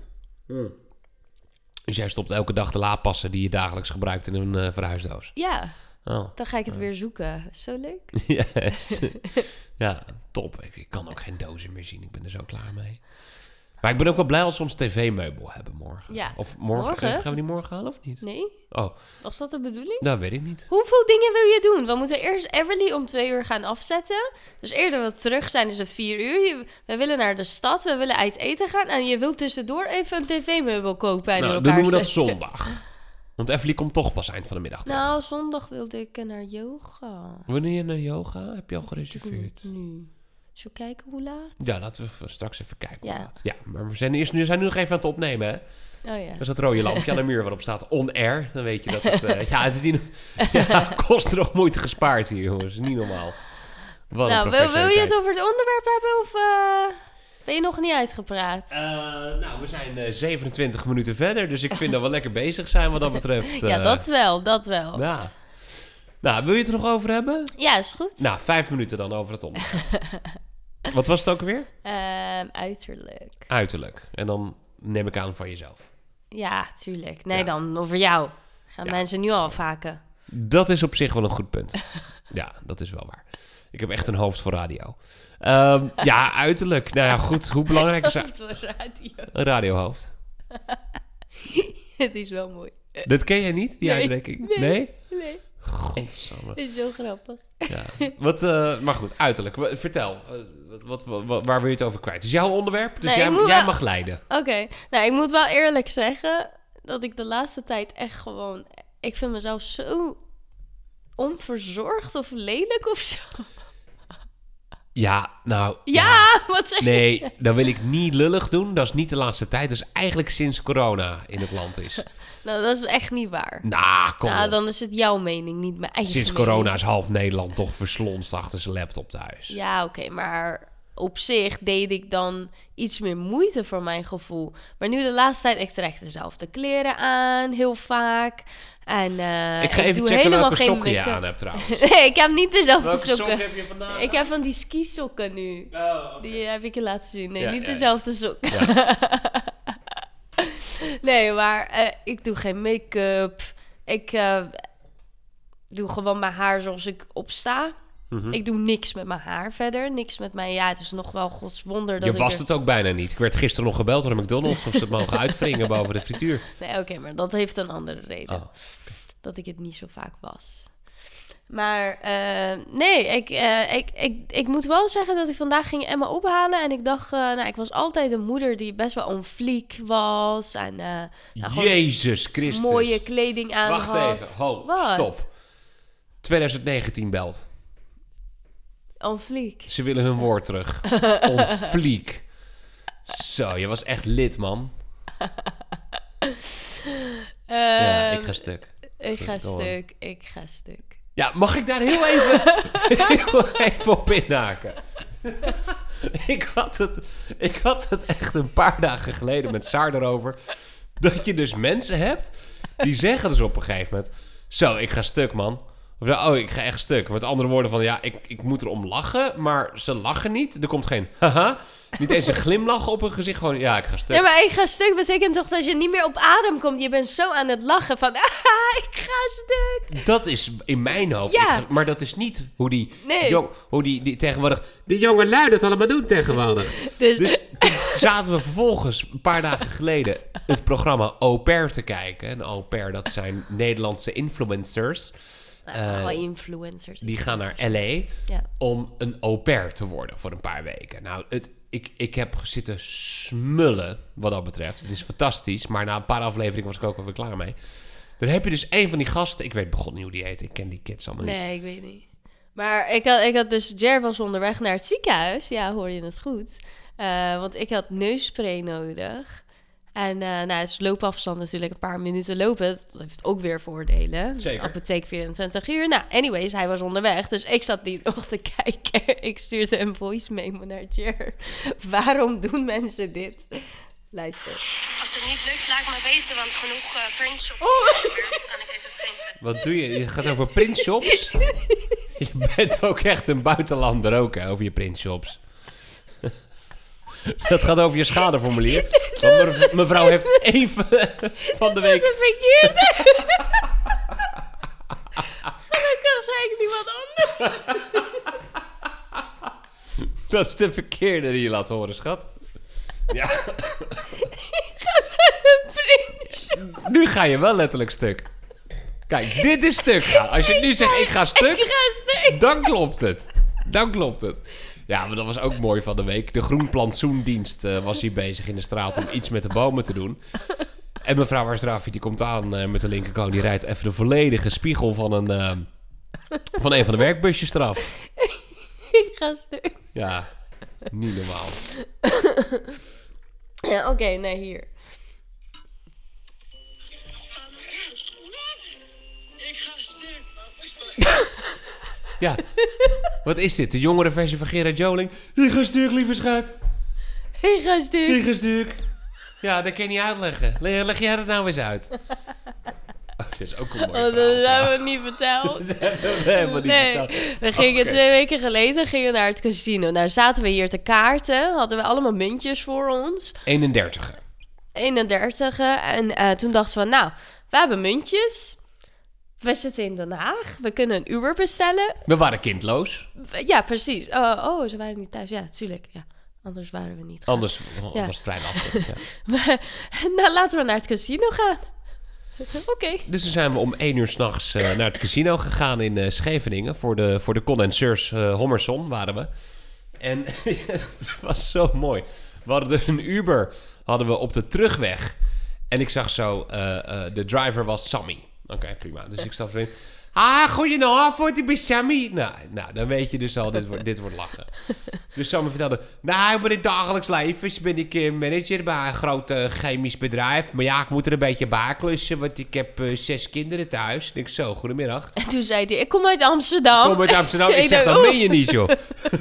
Dus jij stopt elke dag de laadpassen die je dagelijks gebruikt in een uh, verhuisdoos. Ja, Oh. dan ga ik het weer zoeken. Zo leuk. Yes. Ja, top. Ik, ik kan ook geen dozen meer zien. Ik ben er zo klaar mee. Maar ik ben ook wel blij als we ons tv-meubel hebben morgen. Ja. Of morgen. Morgen? eh, Gaan we die morgen halen of niet? Nee? Oh, Was dat de bedoeling? dat weet ik niet. Hoeveel dingen wil je doen? We moeten eerst Everly om twee uur gaan afzetten. Dus eerder we terug zijn is het vier uur. Je- We willen naar de stad, we willen uit eten gaan. En je wilt tussendoor even een tv-meubel kopen en in Nou, elkaar dan doen we dat zetten. zondag. Want Evelien komt toch pas eind van de middag terug. Nou, zondag wilde ik naar yoga. Wanneer naar yoga? Heb je al gereserveerd? Nu. Zullen we kijken hoe laat? Ja, laten we v- straks even kijken. Ja. hoe laat. Ja, maar we zijn, eerst, we zijn nu nog even aan het opnemen, hè? Oh ja. Er is dat rode lampje aan de muur waarop staat on-air. Dan weet je dat het... Uh, ja, het is niet... Ja, kost er nog moeite gespaard hier, jongens. Niet normaal. Wat Nou, een wil, wil je het professionaliteit. over het onderwerp hebben of uh, ben je nog niet uitgepraat? Uh, nou, we zijn uh, zevenentwintig minuten verder. Dus ik vind dat we lekker bezig zijn wat dat betreft. Uh, ja, dat wel, dat wel. Ja. Nou, wil je het er nog over hebben? Ja, is goed. Nou, vijf minuten dan over het onderwerp. Wat was het ook weer? Ehm, uiterlijk. Uiterlijk. En dan neem ik aan van jezelf. Ja, tuurlijk. Nee, Ja. dan over jou. Gaan Ja. mensen nu al afhaken. Dat is op zich wel een goed punt. Ja, dat is wel waar. Ik heb echt een hoofd voor radio. Um, ja, uiterlijk. Nou ja, goed. Hoe belangrijk is Hoofd voor radio. een radiohoofd? Het is wel mooi. Dat ken jij niet, die Nee. uitdrukking? Nee. Nee? Nee, Godsamme. het is zo grappig. Ja. Wat, uh, maar goed, uiterlijk. W- Vertel, uh, wat, wat, wat- waar wil je het over kwijt? Het is jouw onderwerp, dus Nee, jij, ik moet jij wel- mag leiden. Oké, nou, ik moet wel eerlijk zeggen dat ik de laatste tijd echt gewoon... Ik vind mezelf zo onverzorgd of lelijk of zo. Ja, nou... Ja, wat zeg je? Nee, dan wil ik niet lullig doen. Dat is niet de laatste tijd. Dat is eigenlijk sinds corona in het land is. Nou, dat is echt niet waar. Nou, kom Nou, op. dan is het jouw mening, niet mijn eigen Sinds mening. corona is half Nederland toch verslonst achter zijn laptop thuis. Ja, oké, maar op zich deed ik dan iets meer moeite voor mijn gevoel. Maar nu de laatste tijd, ik trek dezelfde kleren aan, heel vaak. En uh, ik ga even doe checken helemaal welke geen sokken je make-up. aan hebt trouwens. Nee, ik heb niet dezelfde Welke sokken. sokken heb je vandaag? Ik heb van die skisokken nu. Oh, oké. Die heb ik je laten zien. Nee, Ja, niet ja, ja. dezelfde sokken. Ja. Nee, maar uh, ik doe geen make-up. Ik uh, doe gewoon mijn haar zoals ik opsta. Mhm. Ik doe niks met mijn haar verder. Niks met mijn... Ja, het is nog wel Gods wonder dat Je ik... wast er- het ook bijna niet. Ik werd gisteren nog gebeld door de McDonald's of ze het mogen uitwringen boven de frituur. Nee, oké, maar dat heeft een andere reden. Oh. Dat ik het niet zo vaak was. Maar uh, nee, ik, uh, ik, ik, ik moet wel zeggen dat ik vandaag ging Emma ophalen. En ik dacht, uh, nou, ik was altijd een moeder die best wel on fleek was. En uh, nou, Jezus Christus. Mooie kleding aan Wacht had. even, ho, Wat? stop. twintig negentien belt. On fleek. Ze willen hun woord terug. On fleek. Zo, je was echt lid, man. Um, ja, ik ga stuk. Ik ga Go stuk, on. ik ga stuk. Ja, mag ik daar heel even, heel even op inhaken? ik, had het, ik had het echt een paar dagen geleden met Saar erover. Dat je dus mensen hebt die zeggen dus op een gegeven moment... Zo, ik ga stuk, man. Of oh, ik ga echt stuk. Met andere woorden van, ja, ik, ik moet erom lachen, maar ze lachen niet. Er komt geen haha. Niet eens een glimlach op hun gezicht. Gewoon, ja, ik ga stuk. Ja, maar ik ga stuk betekent toch dat je niet meer op adem komt. Je bent zo aan het lachen van, ah, ik ga stuk. Dat is in mijn hoofd. Ja. Ga, maar dat is niet hoe die, nee. jong, hoe die, die tegenwoordig... De jonge lui dat allemaal doen tegenwoordig. Dus, dus toen zaten we vervolgens, een paar dagen geleden... het programma Au Pair te kijken. En Au Pair, dat zijn Nederlandse influencers... Uh, influencers. Die gaan naar L A ja. om een au pair te worden voor een paar weken. Nou, het, ik, ik heb zitten smullen wat dat betreft. Het is fantastisch, maar na een paar afleveringen was ik ook alweer klaar mee. Dan heb je dus een van die gasten... Ik weet begon niet hoe die heet. Ik ken die kids allemaal niet. Nee, ik weet niet. Maar ik had, ik had dus... Jer was onderweg naar het ziekenhuis. Ja, hoor je het goed. Uh, want ik had neusspray nodig... En uh, nou, het is loopafstand natuurlijk, een paar minuten lopen. Dat heeft ook weer voordelen. Zeker. Apotheek vierentwintig uur. Nou, anyways, hij was onderweg. Dus ik zat niet nog te kijken. Ik stuurde een voice memo naar Jer. Waarom doen mensen dit? Luister. Als het niet lukt, laat me weten, want genoeg uh, printshops Oh. in de buurt kan ik even printen. Wat doe je? Je gaat over printshops? Je bent ook echt een buitenlander ook, hè, over je printshops. Dat gaat over je schadeformulier. Want mevrouw heeft even van de week... Dat is een verkeerde. Gelukkig zei ik niet wat anders. Dat is de verkeerde die je laat horen, schat. Ja. Ik ga naar een printshop. Nu ga je wel letterlijk stuk. Kijk, dit is stuk gaan. Als je nu zegt, ik ga stuk, Ik ga stuk. dan klopt het. Dan klopt het. Ja, maar dat was ook mooi van de week. De Groenplantsoendienst uh, was hier bezig in de straat om iets met de bomen te doen. En mevrouw Warsdrafie, die komt aan uh, met de linkerkant. Die rijdt even de volledige spiegel van een, uh, van een van de werkbusjes eraf. Ik ga stuk. Ja, niet normaal. Ja, oké, okay, nee, hier. Ik ga stuk. Ja, wat is dit? De jongere versie van Gerard Joling? Ik ga stuk, lieve schat. Ik ga stuk. Ik ga stuk. Ja, dat kan je niet uitleggen. Leg, leg jij dat nou eens uit. Oh, dat is ook een mooi Oh, dat verhaal. hebben we niet verteld. Dat hebben we helemaal niet Nee, verteld. we gingen Oké. twee weken geleden gingen we naar het casino. Nou, zaten we hier te kaarten. Hadden we allemaal muntjes voor ons. eenendertige. eenendertige. En uh, toen dachten we, nou, we hebben muntjes. We zitten in Den Haag. We kunnen een Uber bestellen. We waren kindloos. Ja, precies. Uh, oh, ze waren niet thuis. Ja, tuurlijk. Ja. Anders waren we niet gaan. Anders Ja. was het vrij lastig. Ja. We, nou, laten we naar het casino gaan. Oké. Okay. Dus toen zijn we om één uur s'nachts uh, naar het casino gegaan in uh, Scheveningen. Voor de, voor de condenseurs uh, Hommerson waren we. En het was zo mooi. We hadden dus een Uber hadden we op de terugweg. En ik zag zo, uh, uh, de driver was Sammy. Oké, okay, prima. Dus ik stap erin. Ah, goedenavond, ik ben Sammy. Nou, nou, dan weet je dus al, dit wordt, dit wordt lachen. Dus Sammy vertelde, nou, ik ben in dagelijks leven ben ik uh, manager bij een groot uh, chemisch bedrijf. Maar ja, ik moet er een beetje bij klussen, want ik heb uh, zes kinderen thuis. En ik zo, goedemiddag. En toen zei hij, ik kom uit Amsterdam. Ik kom uit Amsterdam. Ik zeg, dacht, dat oeh. meen je niet, joh.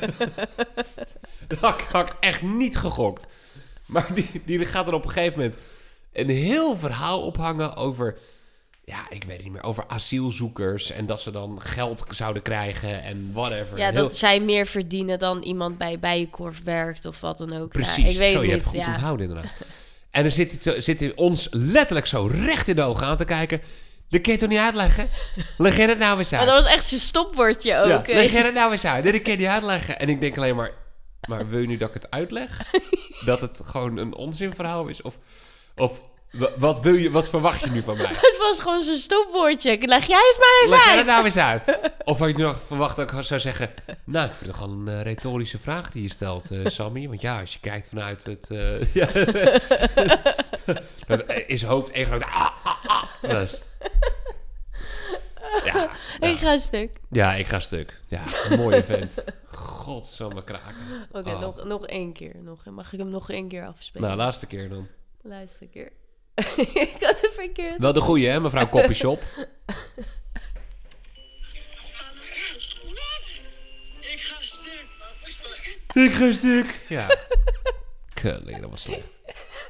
Dat had, had ik echt niet gegokt. Maar die, die gaat er op een gegeven moment een heel verhaal ophangen over... Ja, ik weet het niet meer. Over asielzoekers. En dat ze dan geld zouden krijgen en whatever. Ja, Heel... dat zij meer verdienen dan iemand bij Bijenkorf werkt of wat dan ook. Precies. Ja, ik weet zo, je niet, hebt het goed ja. onthouden inderdaad. En dan zit hij, zit hij ons letterlijk zo recht in de ogen aan te kijken. Dat kun je toch niet uitleggen? Leg jij het nou eens uit? Maar dat was echt zijn stopwoordje ook. Ja, hè? leg jij het nou eens uit? Nee, dat kun je niet uitleggen. En ik denk alleen maar... Maar wil je nu dat ik het uitleg? Dat het gewoon een onzinverhaal is? Of... of W- wat, wil je, wat verwacht je nu van mij? Het was gewoon zo'n stopwoordje. Leg jij eens maar even Leg jij uit. het nou eens uit? Of had je nog verwacht dat ik zou zeggen... Nou, ik vind het gewoon een uh, retorische vraag die je stelt, uh, Sammy. Want ja, als je kijkt vanuit het... Uh, ja, dat is hoofd één groot... Ah, ah, ah. Dat is... Ja, nou. Ik ga stuk. Ja, ik ga stuk. Ja, een mooie vent. Godsamme kraken. Oké, okay, oh. nog, nog één keer. Nog, mag ik hem nog één keer afspelen? Nou, laatste keer dan. Laatste keer. Ik had het verkeerd. Wel de goeie, hè, mevrouw Copyshop? Ik ga stuk. Ik ga stuk. Ja. Kutling, dat was slecht.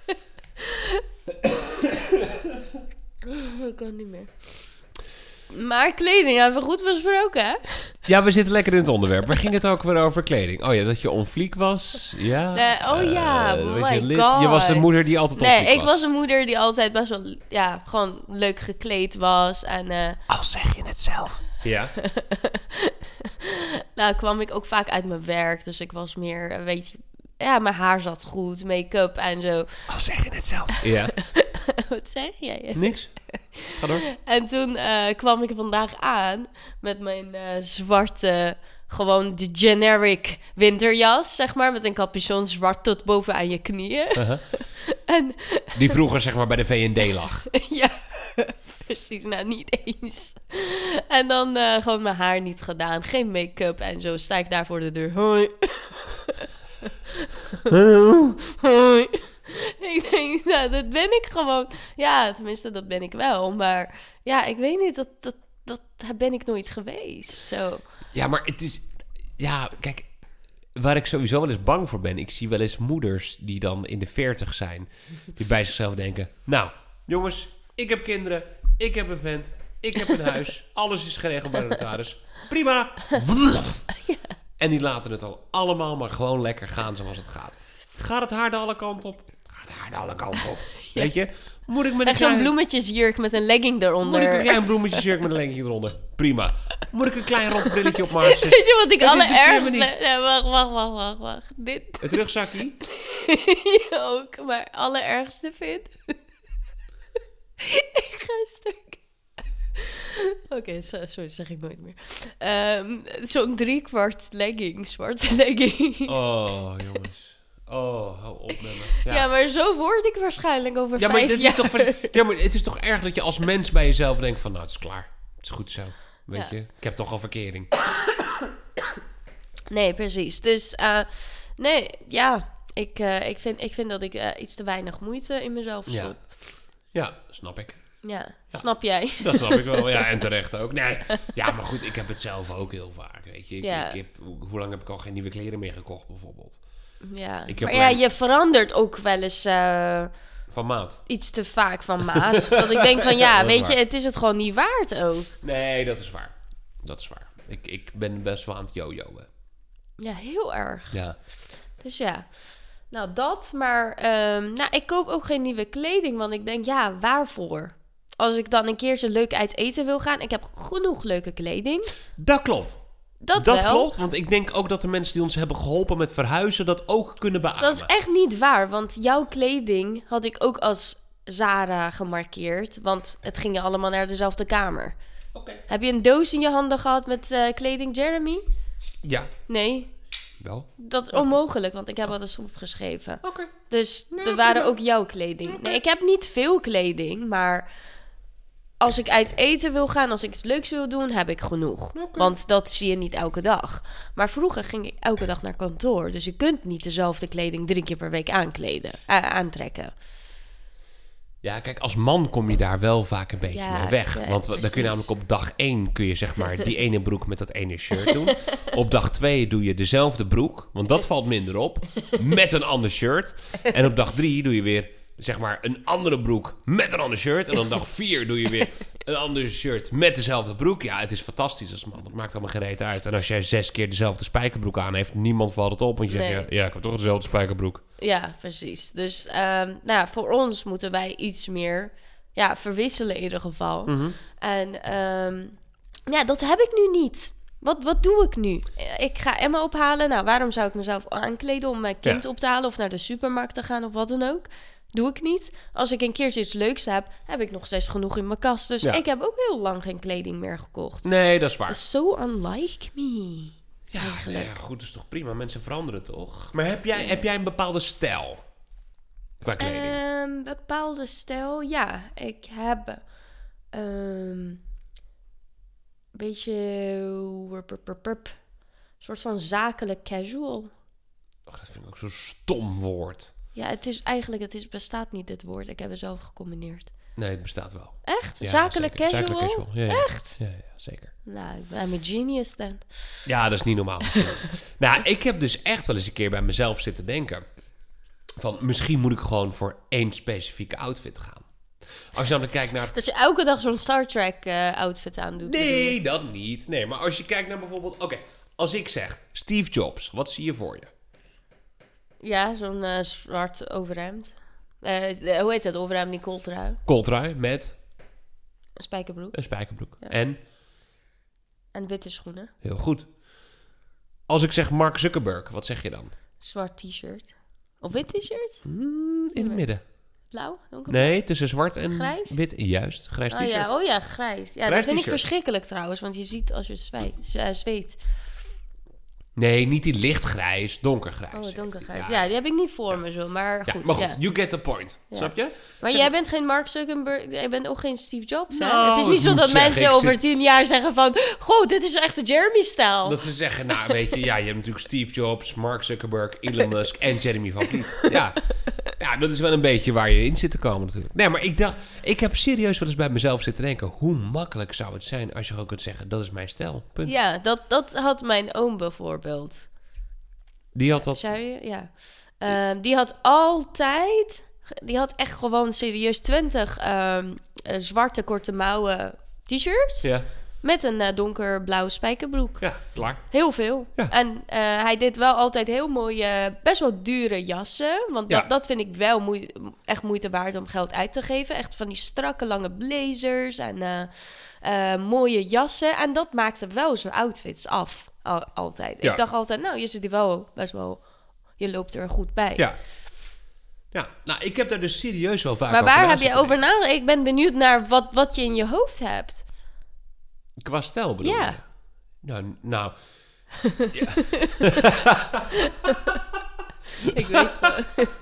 Oh, ik kan niet meer. Maar kleding hebben we goed besproken, hè? Ja, we zitten lekker in het onderwerp. Waar ging het ook weer over kleding? Oh ja, dat je on fleek was. Ja. Nee, oh ja, Uh, my was je, lid? God. Je was een moeder die altijd on Nee, fleek ik was een moeder die altijd best wel, ja, gewoon leuk gekleed was. En uh, al zeg je het zelf. Ja. nou, kwam ik ook vaak uit mijn werk. Dus ik was meer, weet je... Ja, mijn haar zat goed, make-up en zo. Al zeg je het zelf. Ja. Wat zeg jij? Niks. Ga door. En toen uh, kwam ik vandaag aan met mijn uh, zwarte, gewoon de generic winterjas, zeg maar. Met een capuchon zwart tot boven aan je knieën. Uh-huh. En, die vroeger zeg maar bij de V en D lag. ja, precies. Nou, niet eens. En dan uh, gewoon mijn haar niet gedaan. Geen make-up en zo. Sta ik daar voor de deur. Hoi. Hallo. Hoi. Ik denk, nou, dat ben ik gewoon. Ja, tenminste, dat ben ik wel. Maar ja, ik weet niet, dat, dat, dat ben ik nooit geweest. Zo. Ja, maar het is... Ja, kijk... Waar ik sowieso wel eens bang voor ben... Ik zie wel eens moeders die dan in de veertig zijn... Die bij zichzelf denken... Nou, jongens, ik heb kinderen. Ik heb een vent. Ik heb een huis. Alles is geregeld bij de notaris. Prima. Ja. En die laten het al allemaal maar gewoon lekker gaan zoals het gaat. Gaat het haar de alle kanten op? Gaat het haar de alle kanten op? Ja. Weet je? Moet ik met een Echt klein... zo'n bloemetjesjurk met een legging eronder. Moet ik een klein bloemetjesjurk met een legging eronder? Prima. Moet ik een klein rond brilletje op mijn Weet je wat ik Het allerergste... Ja, wacht, wacht, wacht, wacht, wacht. Dit Het rugzakje? ook, maar allerergste vind... ik ga stuk. Oké, okay, so, sorry, zeg ik nooit meer. Um, Zo'n driekwart legging, zwarte legging. Oh, jongens. Oh, hou op met me. Ja. ja, maar zo word ik waarschijnlijk over ja, maar vijf dit jaar. Is toch vers- ja, maar het is toch erg dat je als mens bij jezelf denkt van... Nou, het is klaar. Het is goed zo. Weet ja. je? Ik heb toch al verkering. Nee, precies. Dus, uh, nee, ja. Ik, uh, ik, vind, ik vind dat ik uh, iets te weinig moeite in mezelf stop. Ja, ja snap ik. Ja, ja, snap jij? Dat snap ik wel. Ja, en terecht ook. Nee, ja, maar goed, ik heb het zelf ook heel vaak, weet je. Ik, ja. ik heb, hoe lang heb ik al geen nieuwe kleren meer gekocht, bijvoorbeeld? Ja, ik heb maar ja, alleen... je verandert ook wel eens... Uh, van maat. Iets te vaak van maat. Dat ik denk van, ja, weet je, het is het gewoon niet waard ook. Nee, dat is waar. Dat is waar. Ik, ik ben best wel aan het jojoen. Ja, heel erg. Ja. Dus ja... Nou, dat. Maar um, nou, ik koop ook geen nieuwe kleding. Want ik denk, ja, waarvoor? Als ik dan een keertje leuk uit eten wil gaan. Ik heb genoeg leuke kleding. Dat klopt. Dat, dat wel. klopt. Want ik denk ook dat de mensen die ons hebben geholpen met verhuizen... dat ook kunnen beamen. Dat is echt niet waar. Want jouw kleding had ik ook als Zara gemarkeerd. Want het ging allemaal naar dezelfde kamer. Okay. Heb je een doos in je handen gehad met uh, kleding Jeremy? Ja. Nee. Wel? Dat is onmogelijk, want ik heb alles opgeschreven. Oké. Okay. Dus nee, er waren okay. ook jouw kleding. Okay. Nee, ik heb niet veel kleding, maar als ik uit eten wil gaan, als ik iets leuks wil doen, heb ik genoeg. Okay. Want dat zie je niet elke dag. Maar vroeger ging ik elke dag naar kantoor. Dus je kunt niet dezelfde kleding drie keer per week aankleden, uh, aantrekken. Ja, kijk, als man kom je daar wel vaak een beetje ja, mee weg. ja, Want precies. dan kun je namelijk op dag één... kun je zeg maar die ene broek met dat ene shirt doen. Op dag twee doe je dezelfde broek. Want dat valt minder op. Met een ander shirt. En op dag drie doe je weer zeg maar een andere broek met een ander shirt. En dan dag vier doe je weer een ander shirt met dezelfde broek. Ja, het is fantastisch als man. Dat maakt allemaal geen reet uit. En als jij zes keer dezelfde spijkerbroek aan heeft... niemand valt het op. Want je nee. zegt, ja, ja, ik heb toch dezelfde spijkerbroek. Ja, precies. Dus um, nou ja, voor ons moeten wij iets meer ja, verwisselen in ieder geval. Mm-hmm. En um, ja, dat heb ik nu niet. Wat, wat doe ik nu? Ik ga Emma ophalen. Nou, waarom zou ik mezelf aankleden om mijn kind ja. op te halen... of naar de supermarkt te gaan of wat dan ook? Doe ik niet. Als ik een keertje iets leuks heb, heb ik nog steeds genoeg in mijn kast. Dus Ja. ik heb ook heel lang geen kleding meer gekocht. Nee, dat is waar. So unlike me. Ja, eigenlijk. nee, ja, goed, is toch prima. Mensen veranderen toch? Maar heb jij, heb jij een bepaalde stijl qua kleding? Een bepaalde stijl, ja. Ik heb een beetje een soort van zakelijk casual. Och, dat vind ik ook zo'n stom woord. Ja, het is eigenlijk, het is, bestaat niet dit woord. Ik heb het zelf gecombineerd. Nee, het bestaat wel. Echt? Ja, zakelijk, zeker. casual? Zakelijk casual. Ja, ja. Echt? Ja, ja, zeker. Nou, ik ben een genius dan. Ja, dat is niet normaal. Nou, ik heb dus echt wel eens een keer bij mezelf zitten denken. Van, misschien moet ik gewoon voor één specifieke outfit gaan. Als je dan kijkt naar... Dat je elke dag zo'n Star Trek eh, outfit aandoet. bedoel je? Nee, dat niet. Nee, maar als je kijkt naar bijvoorbeeld... Oké, als ik zeg Steve Jobs, wat zie je voor je? Ja, zo'n eh, zwart overhemd. Eh, hoe heet dat overhemd? Die kooltrui. Kooltrui met Een spijkerbroek. een spijkerbroek. Ja. En, En witte schoenen. heel goed. Als ik zeg Mark Zuckerberg, wat zeg je dan? Zwart t-shirt. Of wit t-shirt? Hmm, in het midden. Blauw? Donkerblauw? Nee, tussen zwart en Grijs? wit. Juist, grijs Oh t-shirt. ja, oh ja, grijs. Ja, Grijs dat vind ik t-shirt. verschrikkelijk trouwens. Want je ziet als je zweet. eh, zweet. Nee, niet die lichtgrijs, donkergrijs. Oh, heeft donkergrijs. hij. Ja, die heb ik niet voor me zo. Maar Ja, goed. maar goed, ja. you get the point. Ja. Snap je? Maar Zeg jij bent geen Mark Zuckerberg. Jij bent ook geen Steve Jobs, hè? Nou, Het is niet ik zo moet dat zeggen, mensen ik over zit- tien jaar zeggen van... Goh, dit is echt de Jeremy-stijl. Dat ze zeggen, nou weet je, ja, je hebt natuurlijk Steve Jobs, Mark Zuckerberg, Elon Musk en Jeremy Van Vliet. Ja. ja, dat is wel een beetje waar je in zit te komen natuurlijk. Nee, maar ik dacht, ik heb serieus wel eens bij mezelf zitten denken... hoe makkelijk zou het zijn als je gewoon kunt zeggen, dat is mijn stijl. Punt. Ja, dat, dat had mijn oom bijvoorbeeld. Die had dat... Zou je? Ja. Ehm, die had altijd... Die had echt gewoon serieus twintig ehm, eh, zwarte korte mouwen t-shirts. Ja, Met een eh, donkerblauwe spijkerbroek. ja, klaar. Heel veel. Ja. En eh, hij deed wel altijd heel mooie, best wel dure jassen. Want Ja. dat, dat vind ik wel moe- echt moeite waard om geld uit te geven. Echt van die strakke lange blazers en eh, eh, mooie jassen. En dat maakte wel zijn outfits af. Al, altijd. Ja. Ik dacht altijd, nou, je zit hier wel best wel... Je loopt er goed bij. Ja. Ja, nou, ik heb daar dus serieus wel vaak Maar over waar na heb je zitten over nagedacht? Ik ben benieuwd naar wat, wat je in je hoofd hebt. denken. Qua stijl bedoel Ja. je? Nou, nou... ja. Ik weet gewoon...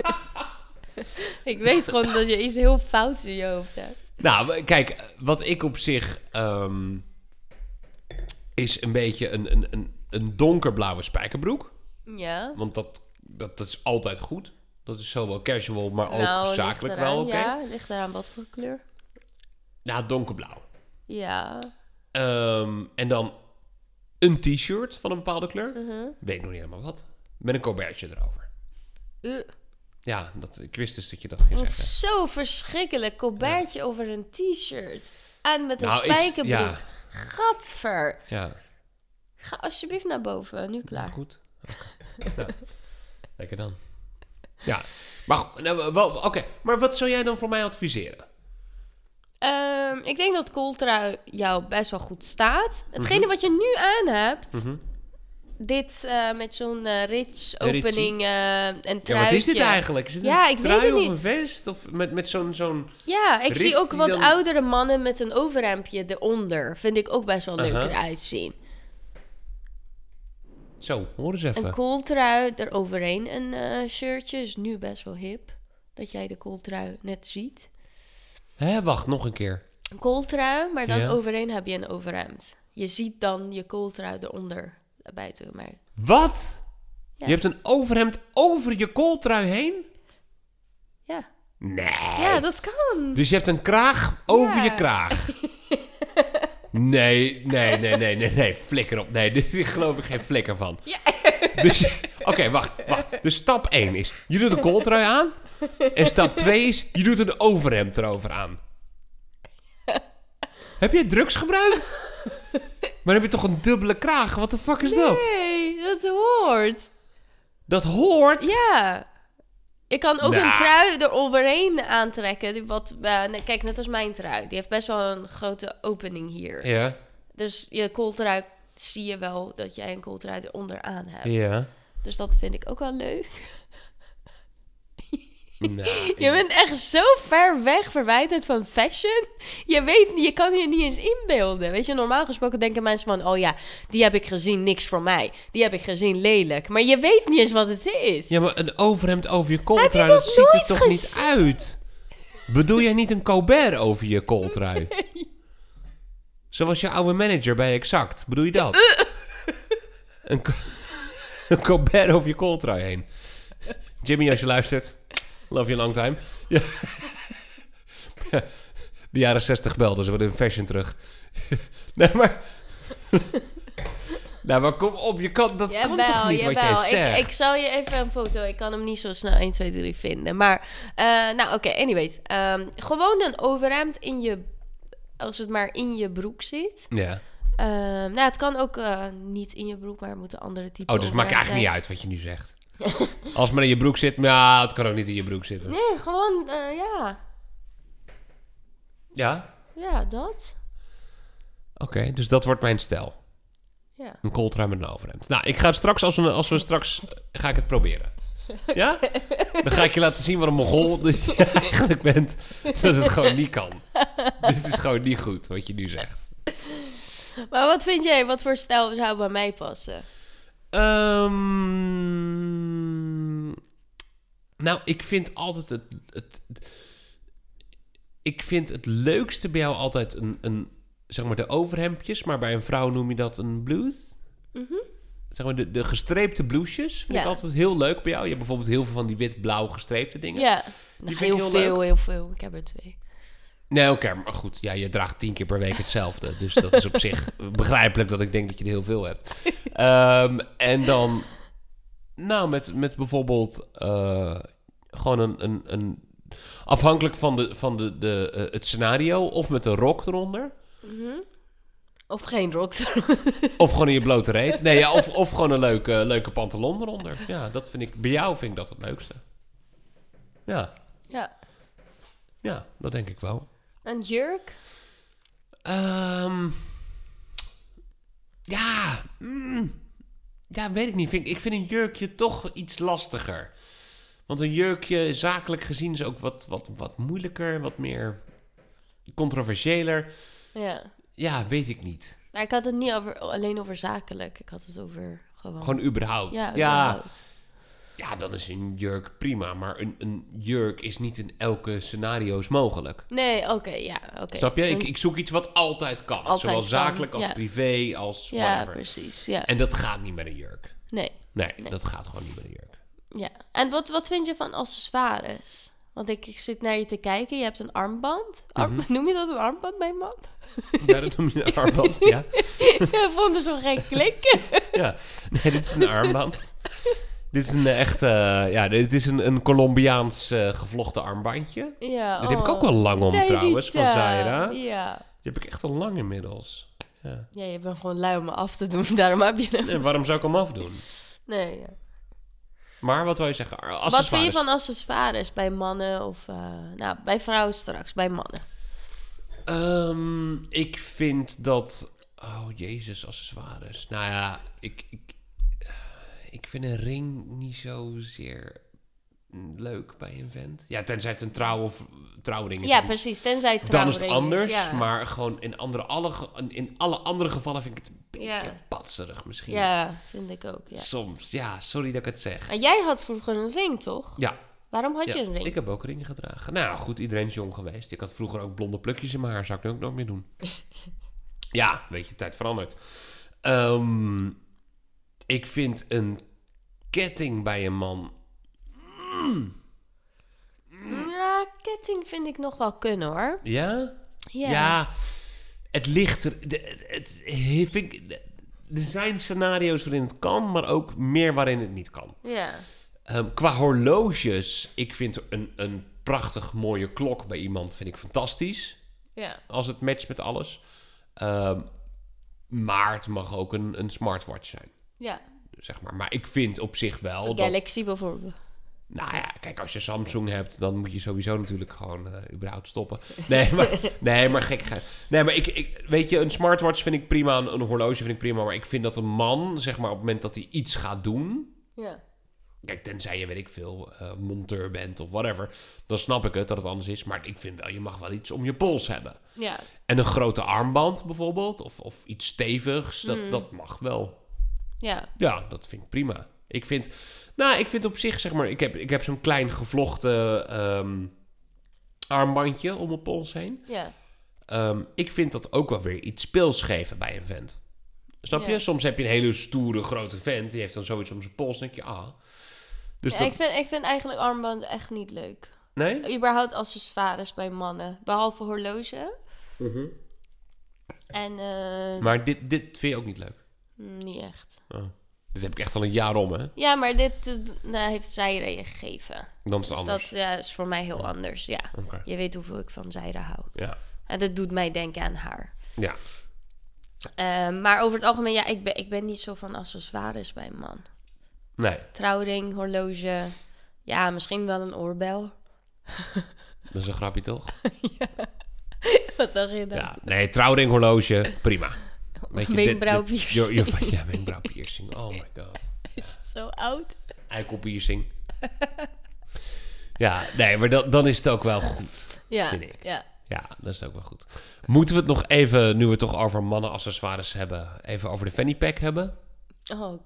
ik weet gewoon dat je iets heel fouts in je hoofd hebt. Nou, kijk, wat ik op zich... ehm, is een beetje een, een, een, een donkerblauwe spijkerbroek. Ja. Want dat, dat, dat is altijd goed. Dat is zowel casual, maar ook Nou, ligt zakelijk eraan, wel oké. Ja, ligt eraan wat voor kleur. Nou, donkerblauw. Ja. Ehm, en dan een t-shirt van een bepaalde kleur. Mhm. Weet ik nog niet helemaal wat. Met een colbertje erover. Uh, Ja, dat, ik wist dus dat je dat ging dat is zeggen. zo verschrikkelijk. Colbertje over een t-shirt. En met een Nou, ik- spijkerbroek. ja. Gadver. Ja, Ga alsjeblieft naar boven. Nu klaar. goed. Oké. Ja. Lekker dan. Ja, maar goed. Nou, wel, oké. Maar wat zou jij dan voor mij adviseren? Ehm, ik denk dat kooltrui jou best wel goed staat. Mhm. Hetgene wat je nu aan hebt... Dit eh, met zo'n eh, rits opening eh en truitje. Ja, wat is dit eigenlijk? Is het Ja, een ik trui weet het of niet. een vest? Of met, met zo'n... zo'n... Ja, ik Rits zie ook die wat dan- oudere mannen met een overhemdje eronder. Vind ik ook best wel leuk Aha. eruit zien. Zo, hoor eens even. Een kooltrui eroverheen. Een eh, shirtje is nu best wel hip. Dat jij de kooltrui net ziet. Hè, wacht, nog een keer. Een kooltrui, maar dan Ja. overheen heb je een overhemd. Je ziet dan je kooltrui eronder buiten. Maar Wat? Ja. Je hebt een overhemd over je kooltrui heen? ja, Nee. ja dat kan. Dus je hebt een kraag over Ja. je kraag. Nee, nee, nee, nee, nee, nee. Flikker op. Nee, dit geloof ik geen flikker van. Ja. Dus, oké, wacht, wacht. Dus stap één is, je doet een kooltrui aan. En stap twee is, je doet een overhemd erover aan. Heb je drugs gebruikt? Maar heb je toch een dubbele kraag? Wat de fuck is dat? Nee, dat hoort. Dat hoort? Ja. Je kan ook Nou. een trui eroverheen aantrekken. Die wat, eh, nee, kijk, net als mijn trui. Die heeft best wel een grote opening hier. Ja, Dus je kooltrui zie je wel dat jij een kooltrui eronder aan hebt. ja. Dus dat vind ik ook wel leuk. Nou, Je bent echt zo ver weg verwijderd van fashion. Je weet niet, je kan je niet eens inbeelden. Weet je, normaal gesproken denken mensen van... oh ja, die heb ik gezien, niks voor mij. Die heb ik gezien, lelijk. Maar je weet niet eens wat het is. Ja, maar een overhemd over je Heb kooltrui, je dat dat ziet er nooit toch gezien? niet uit? Bedoel jij niet een Colbert over je kooltrui? Zoals je oude manager bij Exact. Bedoel je dat? een, co- een Colbert over je kooltrui heen. Jimmy, als je luistert. Love you long time. Ja. De jaren zestig belden, ze worden in fashion terug. Nee, maar... nou, maar kom op, je kan, dat kan toch niet wat jij zegt? Ik, ik zal je even een foto... Ik kan hem niet zo snel één, twee, drie vinden. Maar, eh, nou oké, anyways. Ehm, gewoon een overhemd in je... Als het maar in je broek zit. Ja. Ehm, nou, het kan ook eh, niet in je broek, maar het moet een andere type Oh, dus het maakt overhemd eigenlijk niet uit wat je nu zegt. Als het maar in je broek zit, maar ja, het kan ook niet in je broek zitten. Nee, gewoon, eh, ja. Ja? Ja, dat. Oké, dus dat wordt mijn stijl. Ja. Een kooltrui met een overhemd. Nou, ik ga het straks, als we, als we straks... Ga ik het proberen. Ja? Dan ga ik je laten zien wat een mogol je eigenlijk bent. Dat het gewoon niet kan. Dit is gewoon niet goed, wat je nu zegt. Maar wat vind jij, wat voor stijl zou bij mij passen? Ehm, nou, ik vind altijd het, het... Ik vind het leukste bij jou altijd een... een zeg maar de overhemdjes, maar bij een vrouw noem je dat een blouse. Mhm. Zeg maar de, de gestreepte blouses vind Ja. ik altijd heel leuk bij jou. Je hebt bijvoorbeeld heel veel van die wit-blauw gestreepte dingen. Ja, Die vind ik heel, heel veel, leuk. heel veel. Ik heb er twee. Nee, oké, maar goed. Ja, je draagt tien keer per week hetzelfde. Dus dat is op zich begrijpelijk dat ik denk dat je er heel veel hebt. Ehm, en dan, nou, met, met bijvoorbeeld uh, gewoon een, een, een... Afhankelijk van, de, van de, de, uh, het scenario, of met een rok eronder. Mm-hmm. Of geen rok. Of gewoon in je blote reet. Nee, ja, of, of gewoon een leuke, leuke pantalon eronder. Ja, dat vind ik... Bij jou vind ik dat het leukste. Ja. Ja. Ja, dat denk ik wel. Een jurk? Um, ja. Mm, ja, weet ik niet. Vind ik, ik vind een jurkje toch iets lastiger. Want een jurkje, zakelijk gezien, is ook wat, wat, wat moeilijker. Wat meer controversiëler. Ja. Ja, weet ik niet. Maar ik had het niet over, alleen over zakelijk. Ik had het over gewoon... Gewoon überhaupt. Ja, ja, überhaupt. ja, dan is een jurk prima. Maar een, een jurk is niet in elke scenario's mogelijk. Nee, oké, ja, oké. Snap je? Dan- Ik, ik zoek iets wat altijd kan. Altijd Zowel kan, zakelijk als ja. privé, als Ja, whatever. precies, ja. En dat gaat niet met een jurk. Nee, Nee, Nee. dat gaat gewoon niet met een jurk. ja. En wat, wat vind je van accessoires? Want ik, ik zit naar je te kijken. Je hebt een armband. Arm- Mhm. Noem je dat een armband bij een man? Ja, dat noem je een armband, ja. Ik vond het zo gek klinken. Ja, nee, dit is een armband. Dit is een echt, eh, ja, dit is een, een Colombiaans eh, gevlochten armbandje. Ja, Dit heb ik oh. ook wel lang om Zairita. trouwens, van Zaira. Ja. Die heb ik echt al lang inmiddels. Ja. Ja, je bent gewoon lui om me af te doen. Daarom heb je hem. En waarom zou ik hem afdoen? Nee, ja. Maar wat wil je zeggen? Wat Accessoires. vind je van accessoires bij mannen of... eh, nou, bij vrouwen straks, bij mannen. Ehm, ik vind dat... Oh, jezus, accessoires. Nou ja, ik, ik, ik vind een ring niet zozeer leuk bij een vent. Ja, tenzij het een trouw of trouwring is. Ja, of- precies. Tenzij het Dan is het trouwring anders. ja. Maar gewoon in, andere, alle, ge- in alle andere gevallen vind ik het een beetje Ja. patserig misschien. Ja, vind ik ook, ja. Soms, ja, sorry dat ik het zeg. En jij had vroeger een ring, toch? Ja, Waarom had ja, je een ring? ik heb ook ringen gedragen. Nou goed, iedereen is jong geweest. Ik had vroeger ook blonde plukjes in mijn haar. Zou ik nu ook nog meer doen. Ja, weet je, tijd verandert. Ehm, ik vind een ketting bij een man... Ja, ketting vind ik nog wel kunnen, hoor. Ja? Ja. Ja, het ligt er... de- Het, het, vind ik, er zijn scenario's waarin het kan, maar ook meer waarin het niet kan. Ja. Ehm, qua horloges, ik vind een, een prachtig mooie klok bij iemand vind ik fantastisch. Ja. Als het matcht met alles. Ehm, maar het mag ook een, een smartwatch zijn. Ja. Zeg maar. Maar ik vind op zich wel Zo'n dat... Galaxy bijvoorbeeld. Nou ja, kijk, als je Samsung hebt, dan moet je sowieso natuurlijk gewoon uh, überhaupt stoppen. Nee, maar, nee, maar gekkigheid. Nee, maar ik, ik, weet je, een smartwatch vind ik prima, een, een horloge vind ik prima. Maar ik vind dat een man, zeg maar, op het moment dat hij iets gaat doen... Ja. Kijk, tenzij je, weet ik veel, uh, monteur bent of whatever. Dan snap ik het dat het anders is. Maar ik vind wel, je mag wel iets om je pols hebben. Ja. En een grote armband bijvoorbeeld. Of, of iets stevigs. Dat, Mm. dat mag wel. Ja. Ja, dat vind ik prima. Ik vind, nou, ik vind op zich, zeg maar... Ik heb, ik heb zo'n klein gevlochten um, armbandje om mijn pols heen. Ja. Um, ik vind dat ook wel weer iets speels geven bij een vent. Snap je? Ja. Soms heb je een hele stoere, grote vent. Die heeft dan zoiets om zijn pols. Dan denk je, ah... Dus Ja, dat... ik, vind, ik vind eigenlijk armbanden echt niet leuk. Nee? Überhaupt accessoires bij mannen. Behalve horloge. Uh-huh. En... Uh, Maar dit, dit vind je ook niet leuk? niet echt. Oh. Dit heb ik echt al een jaar om, hè? Ja, maar dit uh, nou, heeft zijde je gegeven. Dan is het Dus anders. dat ja, is voor mij heel anders, ja. Okay. Je weet hoeveel ik van zijde hou. Ja. En dat doet mij denken aan haar. Ja. Uh, maar over het algemeen, ja, ik ben, ik ben niet zo van accessoires bij een man. Nee. Trouwring, horloge. Ja, misschien wel een oorbel. Dat is een grapje, toch? Ja. Wat dacht je dan? Ja. Nee, trouwring, horloge, prima. Weet je, wenkbrauwpiercing. Dit, dit, ja, wenkbrauwpiercing. Oh my god. Is het zo oud? Eikelpiercing. Ja, nee, maar dan, dan is het ook wel goed. Ja, vind ik. ja. Ja, dat is ook wel goed. Moeten we het nog even, nu we het toch over mannenaccessoires hebben, even over de fanny pack hebben? Oh,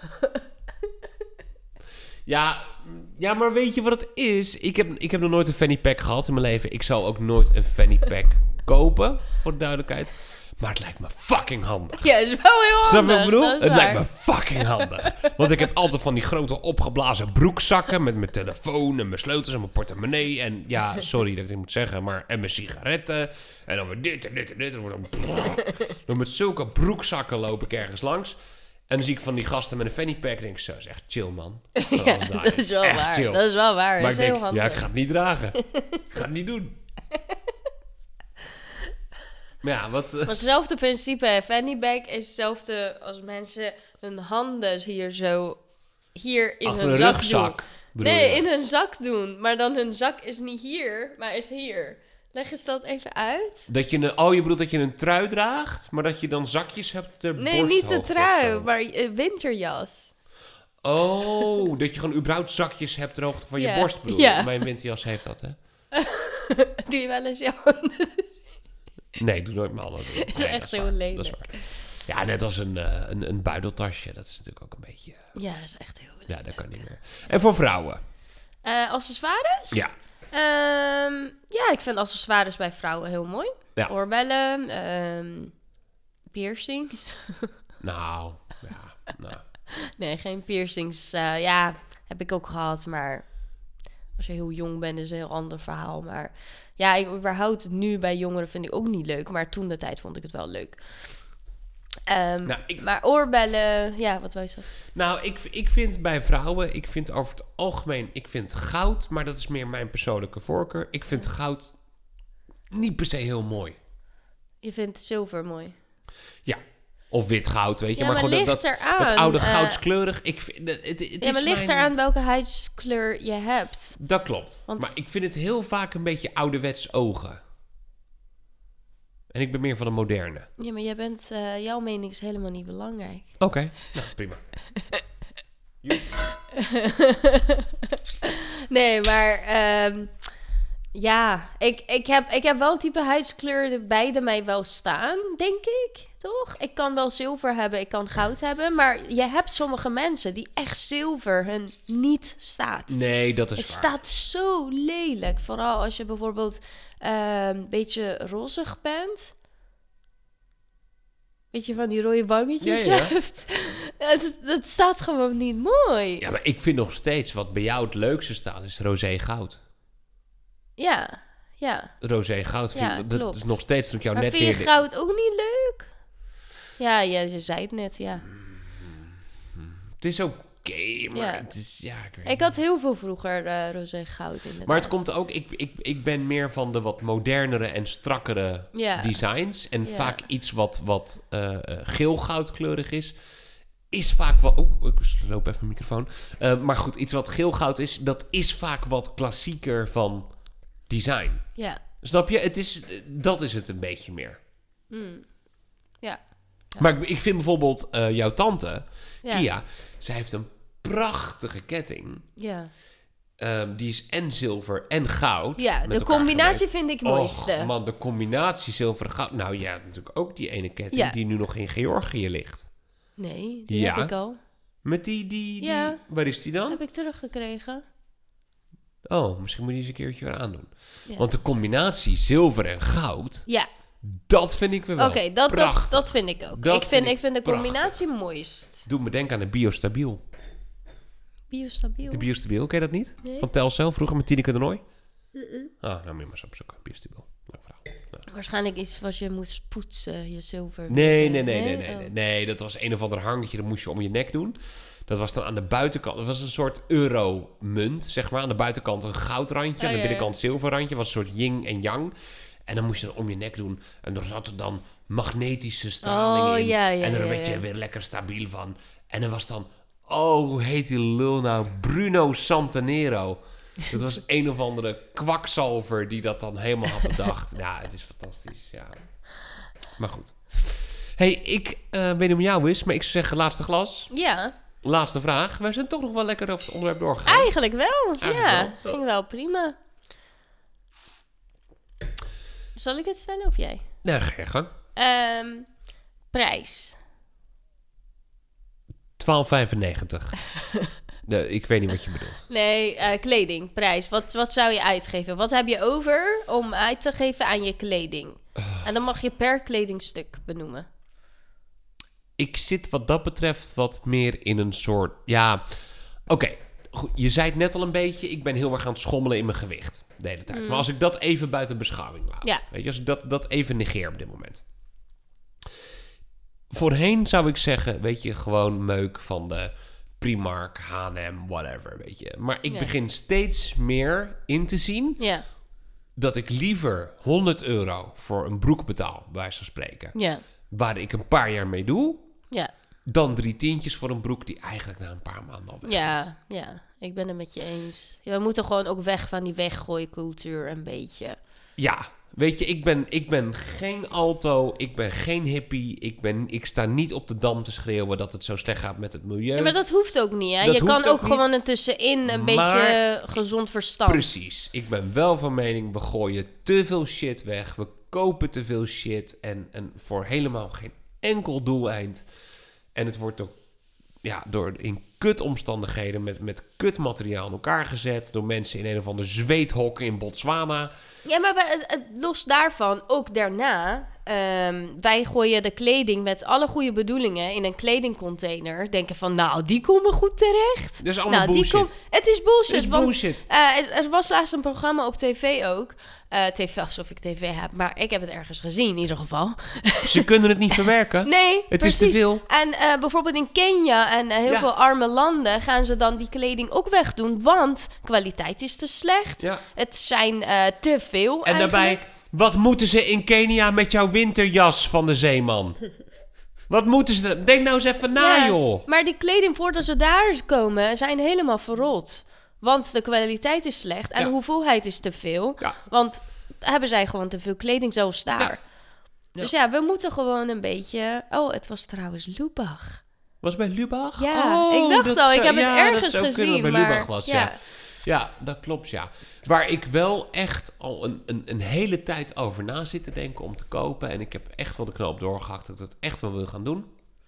Ja, ja, maar weet je wat het is? Ik heb, ik heb nog nooit een fanny pack gehad in mijn leven. Ik zal ook nooit een fanny pack kopen, voor de duidelijkheid. Maar het lijkt me fucking handig. ja, is wel heel handig. Snap je wat ik bedoel? dat is Het waar. lijkt me fucking handig. Want ik heb altijd van die grote opgeblazen broekzakken met mijn telefoon en mijn sleutels en mijn portemonnee. En ja, sorry dat ik dit moet zeggen, maar en mijn sigaretten. En dan weer dit en dit en dit. En dan, dan met zulke broekzakken loop ik ergens langs. En dan zie ik van die gasten met een fanny pack en denk ik, zo, is echt chill, man. Ja, dat is wel Echt waar. chill. Dat is wel waar. Maar Dat ik is heel denk, handig. ja, ik ga het niet dragen. Ik ga het niet doen. Maar ja, wat... Maar hetzelfde principe. Fanny pack is hetzelfde als mensen hun handen hier zo... Hier in achter hun een zak rugzak. doen. bedoel Nee, je? in hun zak doen. Maar dan hun zak is niet hier, maar is hier. Leg eens dat even uit. Dat je een, oh, je bedoelt dat je een trui draagt, maar dat je dan zakjes hebt ter Nee, niet de borsthoogte of trui, zo. maar een winterjas. Oh, dat je gewoon überhaupt zakjes hebt ter hoogte van je Ja, borst, bedoel ja. je? Mijn winterjas heeft dat, hè? Doe je wel eens jouw handen? Nee, ik doe nooit mijn handen. is Nee, echt dat heel waar. lelijk. Dat is waar. Ja, net als een, uh, een, een buideltasje. Dat is natuurlijk ook een beetje... Uh, Ja, dat is echt heel lelijk. ja, dat kan niet meer. En voor vrouwen? Uh, accessoires? Ja. Um, ja, ik vind accessoires bij vrouwen heel mooi. Ja. Oorbellen, um, piercings. Nou, ja, nou. Nee, geen piercings. Uh, ja, heb ik ook gehad, maar als je heel jong bent is het een heel ander verhaal. Maar ja, ik überhaupt nu bij jongeren vind ik ook niet leuk, maar toen de tijd vond ik het wel leuk. Um, Nou, ik- Maar oorbellen, ja, wat wou je zeggen? Nou, ik, ik vind bij vrouwen, ik vind over het algemeen, ik vind goud, maar dat is meer mijn persoonlijke voorkeur. Ik vind goud niet per se heel mooi. Je vindt zilver mooi. Ja, of wit goud, weet je. Ja, maar maar gewoon dat, ligt dat, eraan, dat oude eh, goudskleurig. Ik vind, het, het, het Ja, is maar ligt mijn- eraan welke huidskleur je hebt. Dat klopt. Want- Maar ik vind het heel vaak een beetje ouderwets ogen. En ik ben meer van de moderne. Ja, maar jij bent, uh, jouw mening is helemaal niet belangrijk. Oké, okay. Nou, prima. Nee, maar um, ja, ik, ik, heb, ik heb wel type huidskleur beide mij wel staan, denk ik. Toch? Ik kan wel zilver hebben, ik kan goud hebben. Maar je hebt sommige mensen die echt zilver hun niet staat. Nee, dat is Het waar. staat zo lelijk. Vooral als je bijvoorbeeld uh, een beetje rozig bent. Weet je, van die rode wangetjes Ja, ja. hebt. Dat, dat staat gewoon niet mooi. Ja, maar ik vind nog steeds, wat bij jou het leukste staat, is roze goud. Ja, ja. Roze goud, vind Ja, ik, dat klopt. is nog steeds toen ik jou Maar net vind je leerde. goud ook niet leuk? Ja, ja, je zei het net, ja. Het is oké, maar Ja. het is, ja, ik weet Ik niet. had heel veel vroeger uh, roze goud inderdaad. Maar het komt ook, ik, ik, ik ben meer van de wat modernere en strakkere Ja. designs. En Ja. vaak iets wat, wat uh, uh, geel-goudkleurig is, is vaak wel... Oh, ik sloop even mijn microfoon. Uh, maar goed, iets wat geel-goud is, dat is vaak wat klassieker van design. Ja. Snap je? Het is, dat is het een beetje meer. Mm. Ja. Maar ik, ik vind bijvoorbeeld uh, jouw tante, Ja. Kia, zij heeft een prachtige ketting. Ja, Um, die is en zilver en goud. ja met de elkaar combinatie geweest. vind ik het mooiste. Och man, de combinatie zilver en goud. Nou ja, natuurlijk ook die ene ketting Ja. die nu nog in Georgië ligt. Nee, die Ja. heb ik al. Met die, die, die... Ja. Waar is die dan? Heb ik teruggekregen. Oh, misschien moet je die eens een keertje weer aandoen. Ja. Want de combinatie zilver en goud, Ja, dat vind ik weer oké, wel dat, dat, prachtig. dat vind ik ook. Dat ik, vind, vind ik ik vind de prachtig. combinatie mooist. Doet me denken aan de Biostabiel. Biostabiel. De Biostabiel, ken je dat niet? Nee. Van Telcel, vroeger met Tineke de Nooi. Ah, nou moet je maar eens opzoeken. Biostabiel. Leuk verhaal. Nou. Waarschijnlijk iets wat je moest poetsen, je zilver. Nee, nee, nee, nee, nee, Oh. nee. Nee, dat was een of ander hangetje, dat moest je om je nek doen. Dat was dan aan de buitenkant. Dat was een soort euro-munt, zeg maar. Aan de buitenkant een goudrandje, Oh, aan de ja, binnenkant zilverrandje. Was een soort yin en yang. En dan moest je dat om je nek doen. En er zat er dan magnetische straling Oh, in. ja, ja, en daar ja, werd je ja. weer lekker stabiel van. En er was dan... Oh, hoe heet die lul nou? Bruno Santanero. Dat was een of andere kwakzalver die dat dan helemaal had bedacht. Ja, het is fantastisch, ja. Maar goed. Hey, ik uh, weet niet hoe jou is, maar ik zou zeggen laatste glas. Ja, Laatste vraag. We zijn toch nog wel lekker over het onderwerp doorgegaan. eigenlijk wel. Eigenlijk ja, wel. ging wel prima. Zal ik het stellen of jij? Nee, ga je gang. Ehm, prijs. twaalf vijfennegentig. Nee, ik weet niet wat je bedoelt. Nee, eh, kleding, prijs. Wat, wat zou je uitgeven? Wat heb je over om uit te geven aan je kleding? En dan mag je per kledingstuk benoemen. Ik zit wat dat betreft wat meer in een soort... Ja, oké. Goed, je zei het net al een beetje. Ik ben heel erg aan het schommelen in mijn gewicht. De hele tijd. Maar als ik dat even buiten beschouwing laat. Ja. Weet je, als ik dat, dat even negeer op dit moment. Voorheen zou ik zeggen, weet je, gewoon meuk van de Primark, H en M, whatever, weet je. Maar ik Ja. begin steeds meer in te zien... Ja, dat ik liever honderd euro voor een broek betaal, bij wijze van spreken. ja, Waar ik een paar jaar mee doe... ja. dan drie tientjes voor een broek die eigenlijk na een paar maanden al weg is. Ja, ja, ik ben het met je eens. We moeten gewoon ook weg van die weggooicultuur een beetje. Ja, weet je, ik ben, ik ben geen alto, ik ben geen hippie, ik, ben, ik sta niet op de Dam te schreeuwen dat het zo slecht gaat met het milieu. Ja, maar dat hoeft ook niet, hè? Dat Je hoeft kan ook ook niet. gewoon ertussenin een Maar- beetje gezond verstand. Precies, ik ben wel van mening, we gooien te veel shit weg, we kopen te veel shit en, en voor helemaal geen enkel doeleind. En het wordt ook ja, door in kutomstandigheden met, met kutmateriaal in elkaar gezet. Door mensen in een of ander zweethok in Botswana. Ja, maar we, het, het- los daarvan, ook daarna... ehm, wij gooien de kleding met alle goede bedoelingen in een kledingcontainer. Denken van, nou, die komen goed terecht. Dat is allemaal nou, bullshit. Die komt, het is bullshit. Het is want, bullshit. eh, er, er was laatst een programma op tv ook. Eh, tv, alsof ik tv heb, maar ik heb het ergens gezien in ieder geval. Ze kunnen het niet verwerken. Nee, Het precies. is te veel. En eh, bijvoorbeeld in Kenia en eh, heel Ja. veel arme landen gaan ze dan die kleding ook wegdoen, want kwaliteit is te slecht. Ja. Het zijn eh, te veel En daarbij, eigenlijk. wat moeten ze in Kenia met jouw winterjas van de zeeman? Wat moeten ze... Denk nou eens even na, Ja, joh. Maar die kleding voordat ze daar komen, zijn helemaal verrot. Want de kwaliteit is slecht en Ja. de hoeveelheid is te veel. Ja. Want hebben zij gewoon te veel kleding zelfs daar. Ja. Ja. Dus ja, we moeten gewoon een beetje... Oh, het was trouwens Lubach. Was bij Lubach? Ja, Oh, ik dacht dat al, ik zou- heb het ja, ergens dat zou gezien. kunnen dat bij maar, Lubach was, ja. Ja, dat klopt, ja. Waar ik wel echt al een, een, een hele tijd over na zit te denken om te kopen... en ik heb echt wel de knoop doorgehakt dat ik dat echt wel wil gaan doen...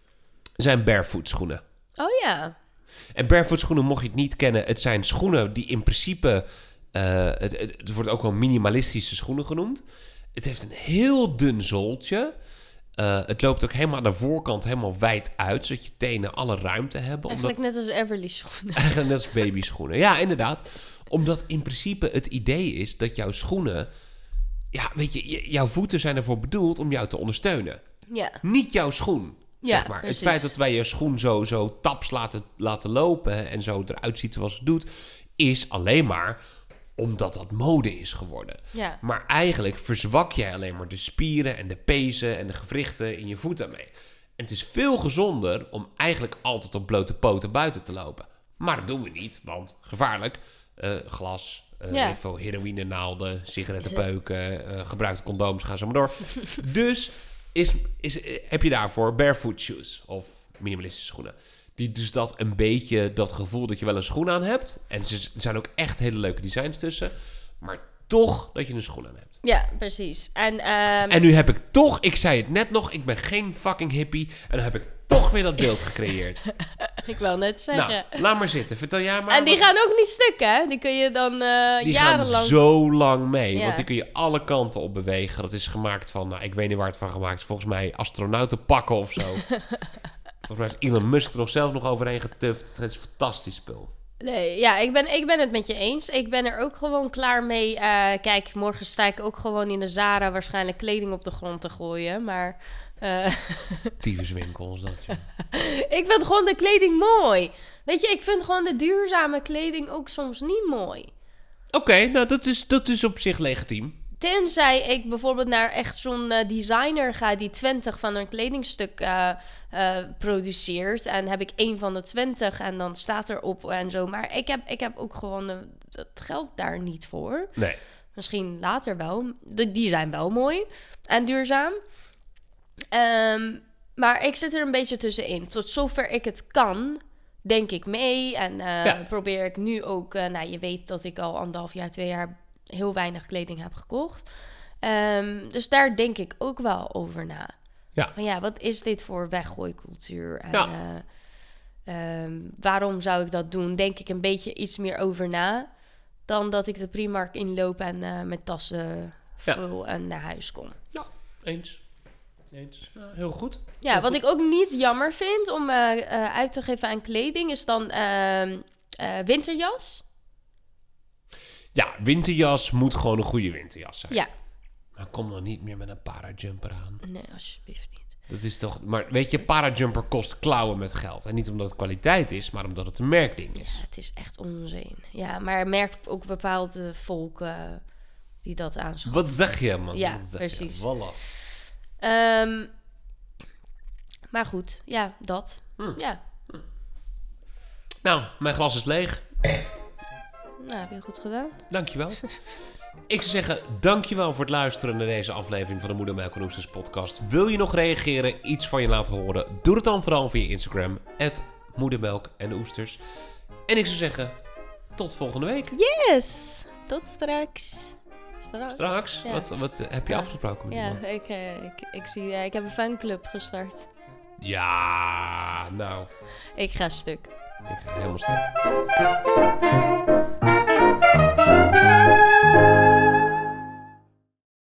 zijn barefoot schoenen. Oh ja. En barefoot schoenen, mocht je het niet kennen... het zijn schoenen die in principe... eh, het, het, het wordt ook wel minimalistische schoenen genoemd. Het heeft een heel dun zooltje... Uh, het loopt ook helemaal aan de voorkant helemaal wijd uit... zodat je tenen alle ruimte hebben. Eigenlijk omdat, net als Everly schoenen. eigenlijk net als babyschoenen. Ja, inderdaad. Omdat in principe het idee is dat jouw schoenen... Ja, weet je, j- jouw voeten zijn ervoor bedoeld om jou te ondersteunen. Ja. Niet jouw schoen, Ja, zeg maar. precies. Het feit dat wij je schoen zo, zo taps laten, laten lopen... en zo eruit ziet zoals het doet... is alleen maar omdat dat mode is geworden. Ja. Maar eigenlijk verzwak jij alleen maar de spieren en de pezen en de gewrichten in je voeten mee. En het is veel gezonder om eigenlijk altijd op blote poten buiten te lopen. Maar dat doen we niet, want gevaarlijk. Uh, glas, uh, Ja. weet ik veel, heroïne, naalden, sigarettenpeuken, uh, gebruikte condooms, ga zo maar door. Dus is, is, heb je daarvoor barefoot shoes of minimalistische schoenen. die dus dat een beetje, dat gevoel dat je wel een schoen aan hebt. En ze- er zijn ook echt hele leuke designs tussen. Maar toch dat je een schoen aan hebt. Ja, precies. En, ehm, En nu heb ik toch, ik zei het net nog, ik ben geen fucking hippie. En dan heb ik toch weer dat beeld gecreëerd. ik wil net zeggen. Nou, laat maar zitten. Vertel jij maar. en die wat- gaan ook niet stuk, hè? Die kun je dan uh, Die jarenlang... gaan zo lang mee. Ja. Want die kun je alle kanten op bewegen. Dat is gemaakt van, nou, ik weet niet waar het van gemaakt is. Volgens mij astronauten pakken of zo. Volgens mij heeft Elon Musk er nog zelf nog overheen getuft. Het is een fantastisch spul. Nee, ja, ik ben, ik ben het met je eens. Ik ben er ook gewoon klaar mee. Uh, kijk, morgen sta ik ook gewoon in de Zara waarschijnlijk kleding op de grond te gooien. Maar uh, Tyfuswinkels, dat ja. ik vind gewoon de kleding mooi. Weet je, ik vind gewoon de duurzame kleding ook soms niet mooi. Oké, okay, nou dat is, dat is op zich legitiem. Tenzij ik bijvoorbeeld naar echt zo'n uh, designer ga die twintig van een kledingstuk uh, uh, produceert. En heb ik één van de twintig en dan staat erop en zo. Maar ik heb, ik heb ook gewoon uh, het geld daar niet voor. Nee. Misschien later wel. De, die zijn wel mooi en duurzaam. Um, maar ik zit er een beetje tussenin. Tot zover ik het kan, denk ik mee. En uh, ja. probeer ik nu ook... Uh, nou, je weet dat ik al anderhalf jaar, twee jaar... heel weinig kleding heb gekocht. Um, dus daar denk ik ook wel over na. Ja. Van ja, wat is dit voor weggooicultuur? En ja. uh, um, waarom zou ik dat doen? Denk ik een beetje iets meer over na... dan dat ik de Primark inloop en uh, met tassen vul ja. en naar huis kom. Ja, eens. Eens. Ja, heel goed. Ja, heel wat goed. ik ook niet jammer vind om uh, uh, uit te geven aan kleding... is dan uh, uh, winterjas... Ja, winterjas moet gewoon een goede winterjas zijn. Ja. Maar kom dan niet meer met een parajumper aan. Nee, alsjeblieft niet. Dat is toch... Maar weet je, parajumper kost klauwen met geld. En niet omdat het kwaliteit is, maar omdat het een merkding is. Ja, het is echt onzin. Ja, maar merk ook bepaalde volken die dat aanschaffen. Wat zeg je, man? Ja, zeg precies. Je? Voilà. Um, maar goed, ja, dat. Hm. Ja. Hm. Nou, mijn glas is leeg. Nou, heb je goed gedaan. Dankjewel. Ik zou zeggen, dankjewel voor het luisteren naar deze aflevering van de Moedermelk en Oesters podcast. Wil je nog reageren, iets van je laten horen? Doe het dan vooral via Instagram, at Moedermelk en Oesters. En ik zou zeggen, tot volgende week. Yes! Tot straks. Straks? Straks? Ja. Wat, wat heb je ja. afgesproken met ja, iemand? ik, ik, ik, zie, ja, ik heb een fanclub gestart. Ja, nou. Ik ga stuk. Ik ga helemaal stuk.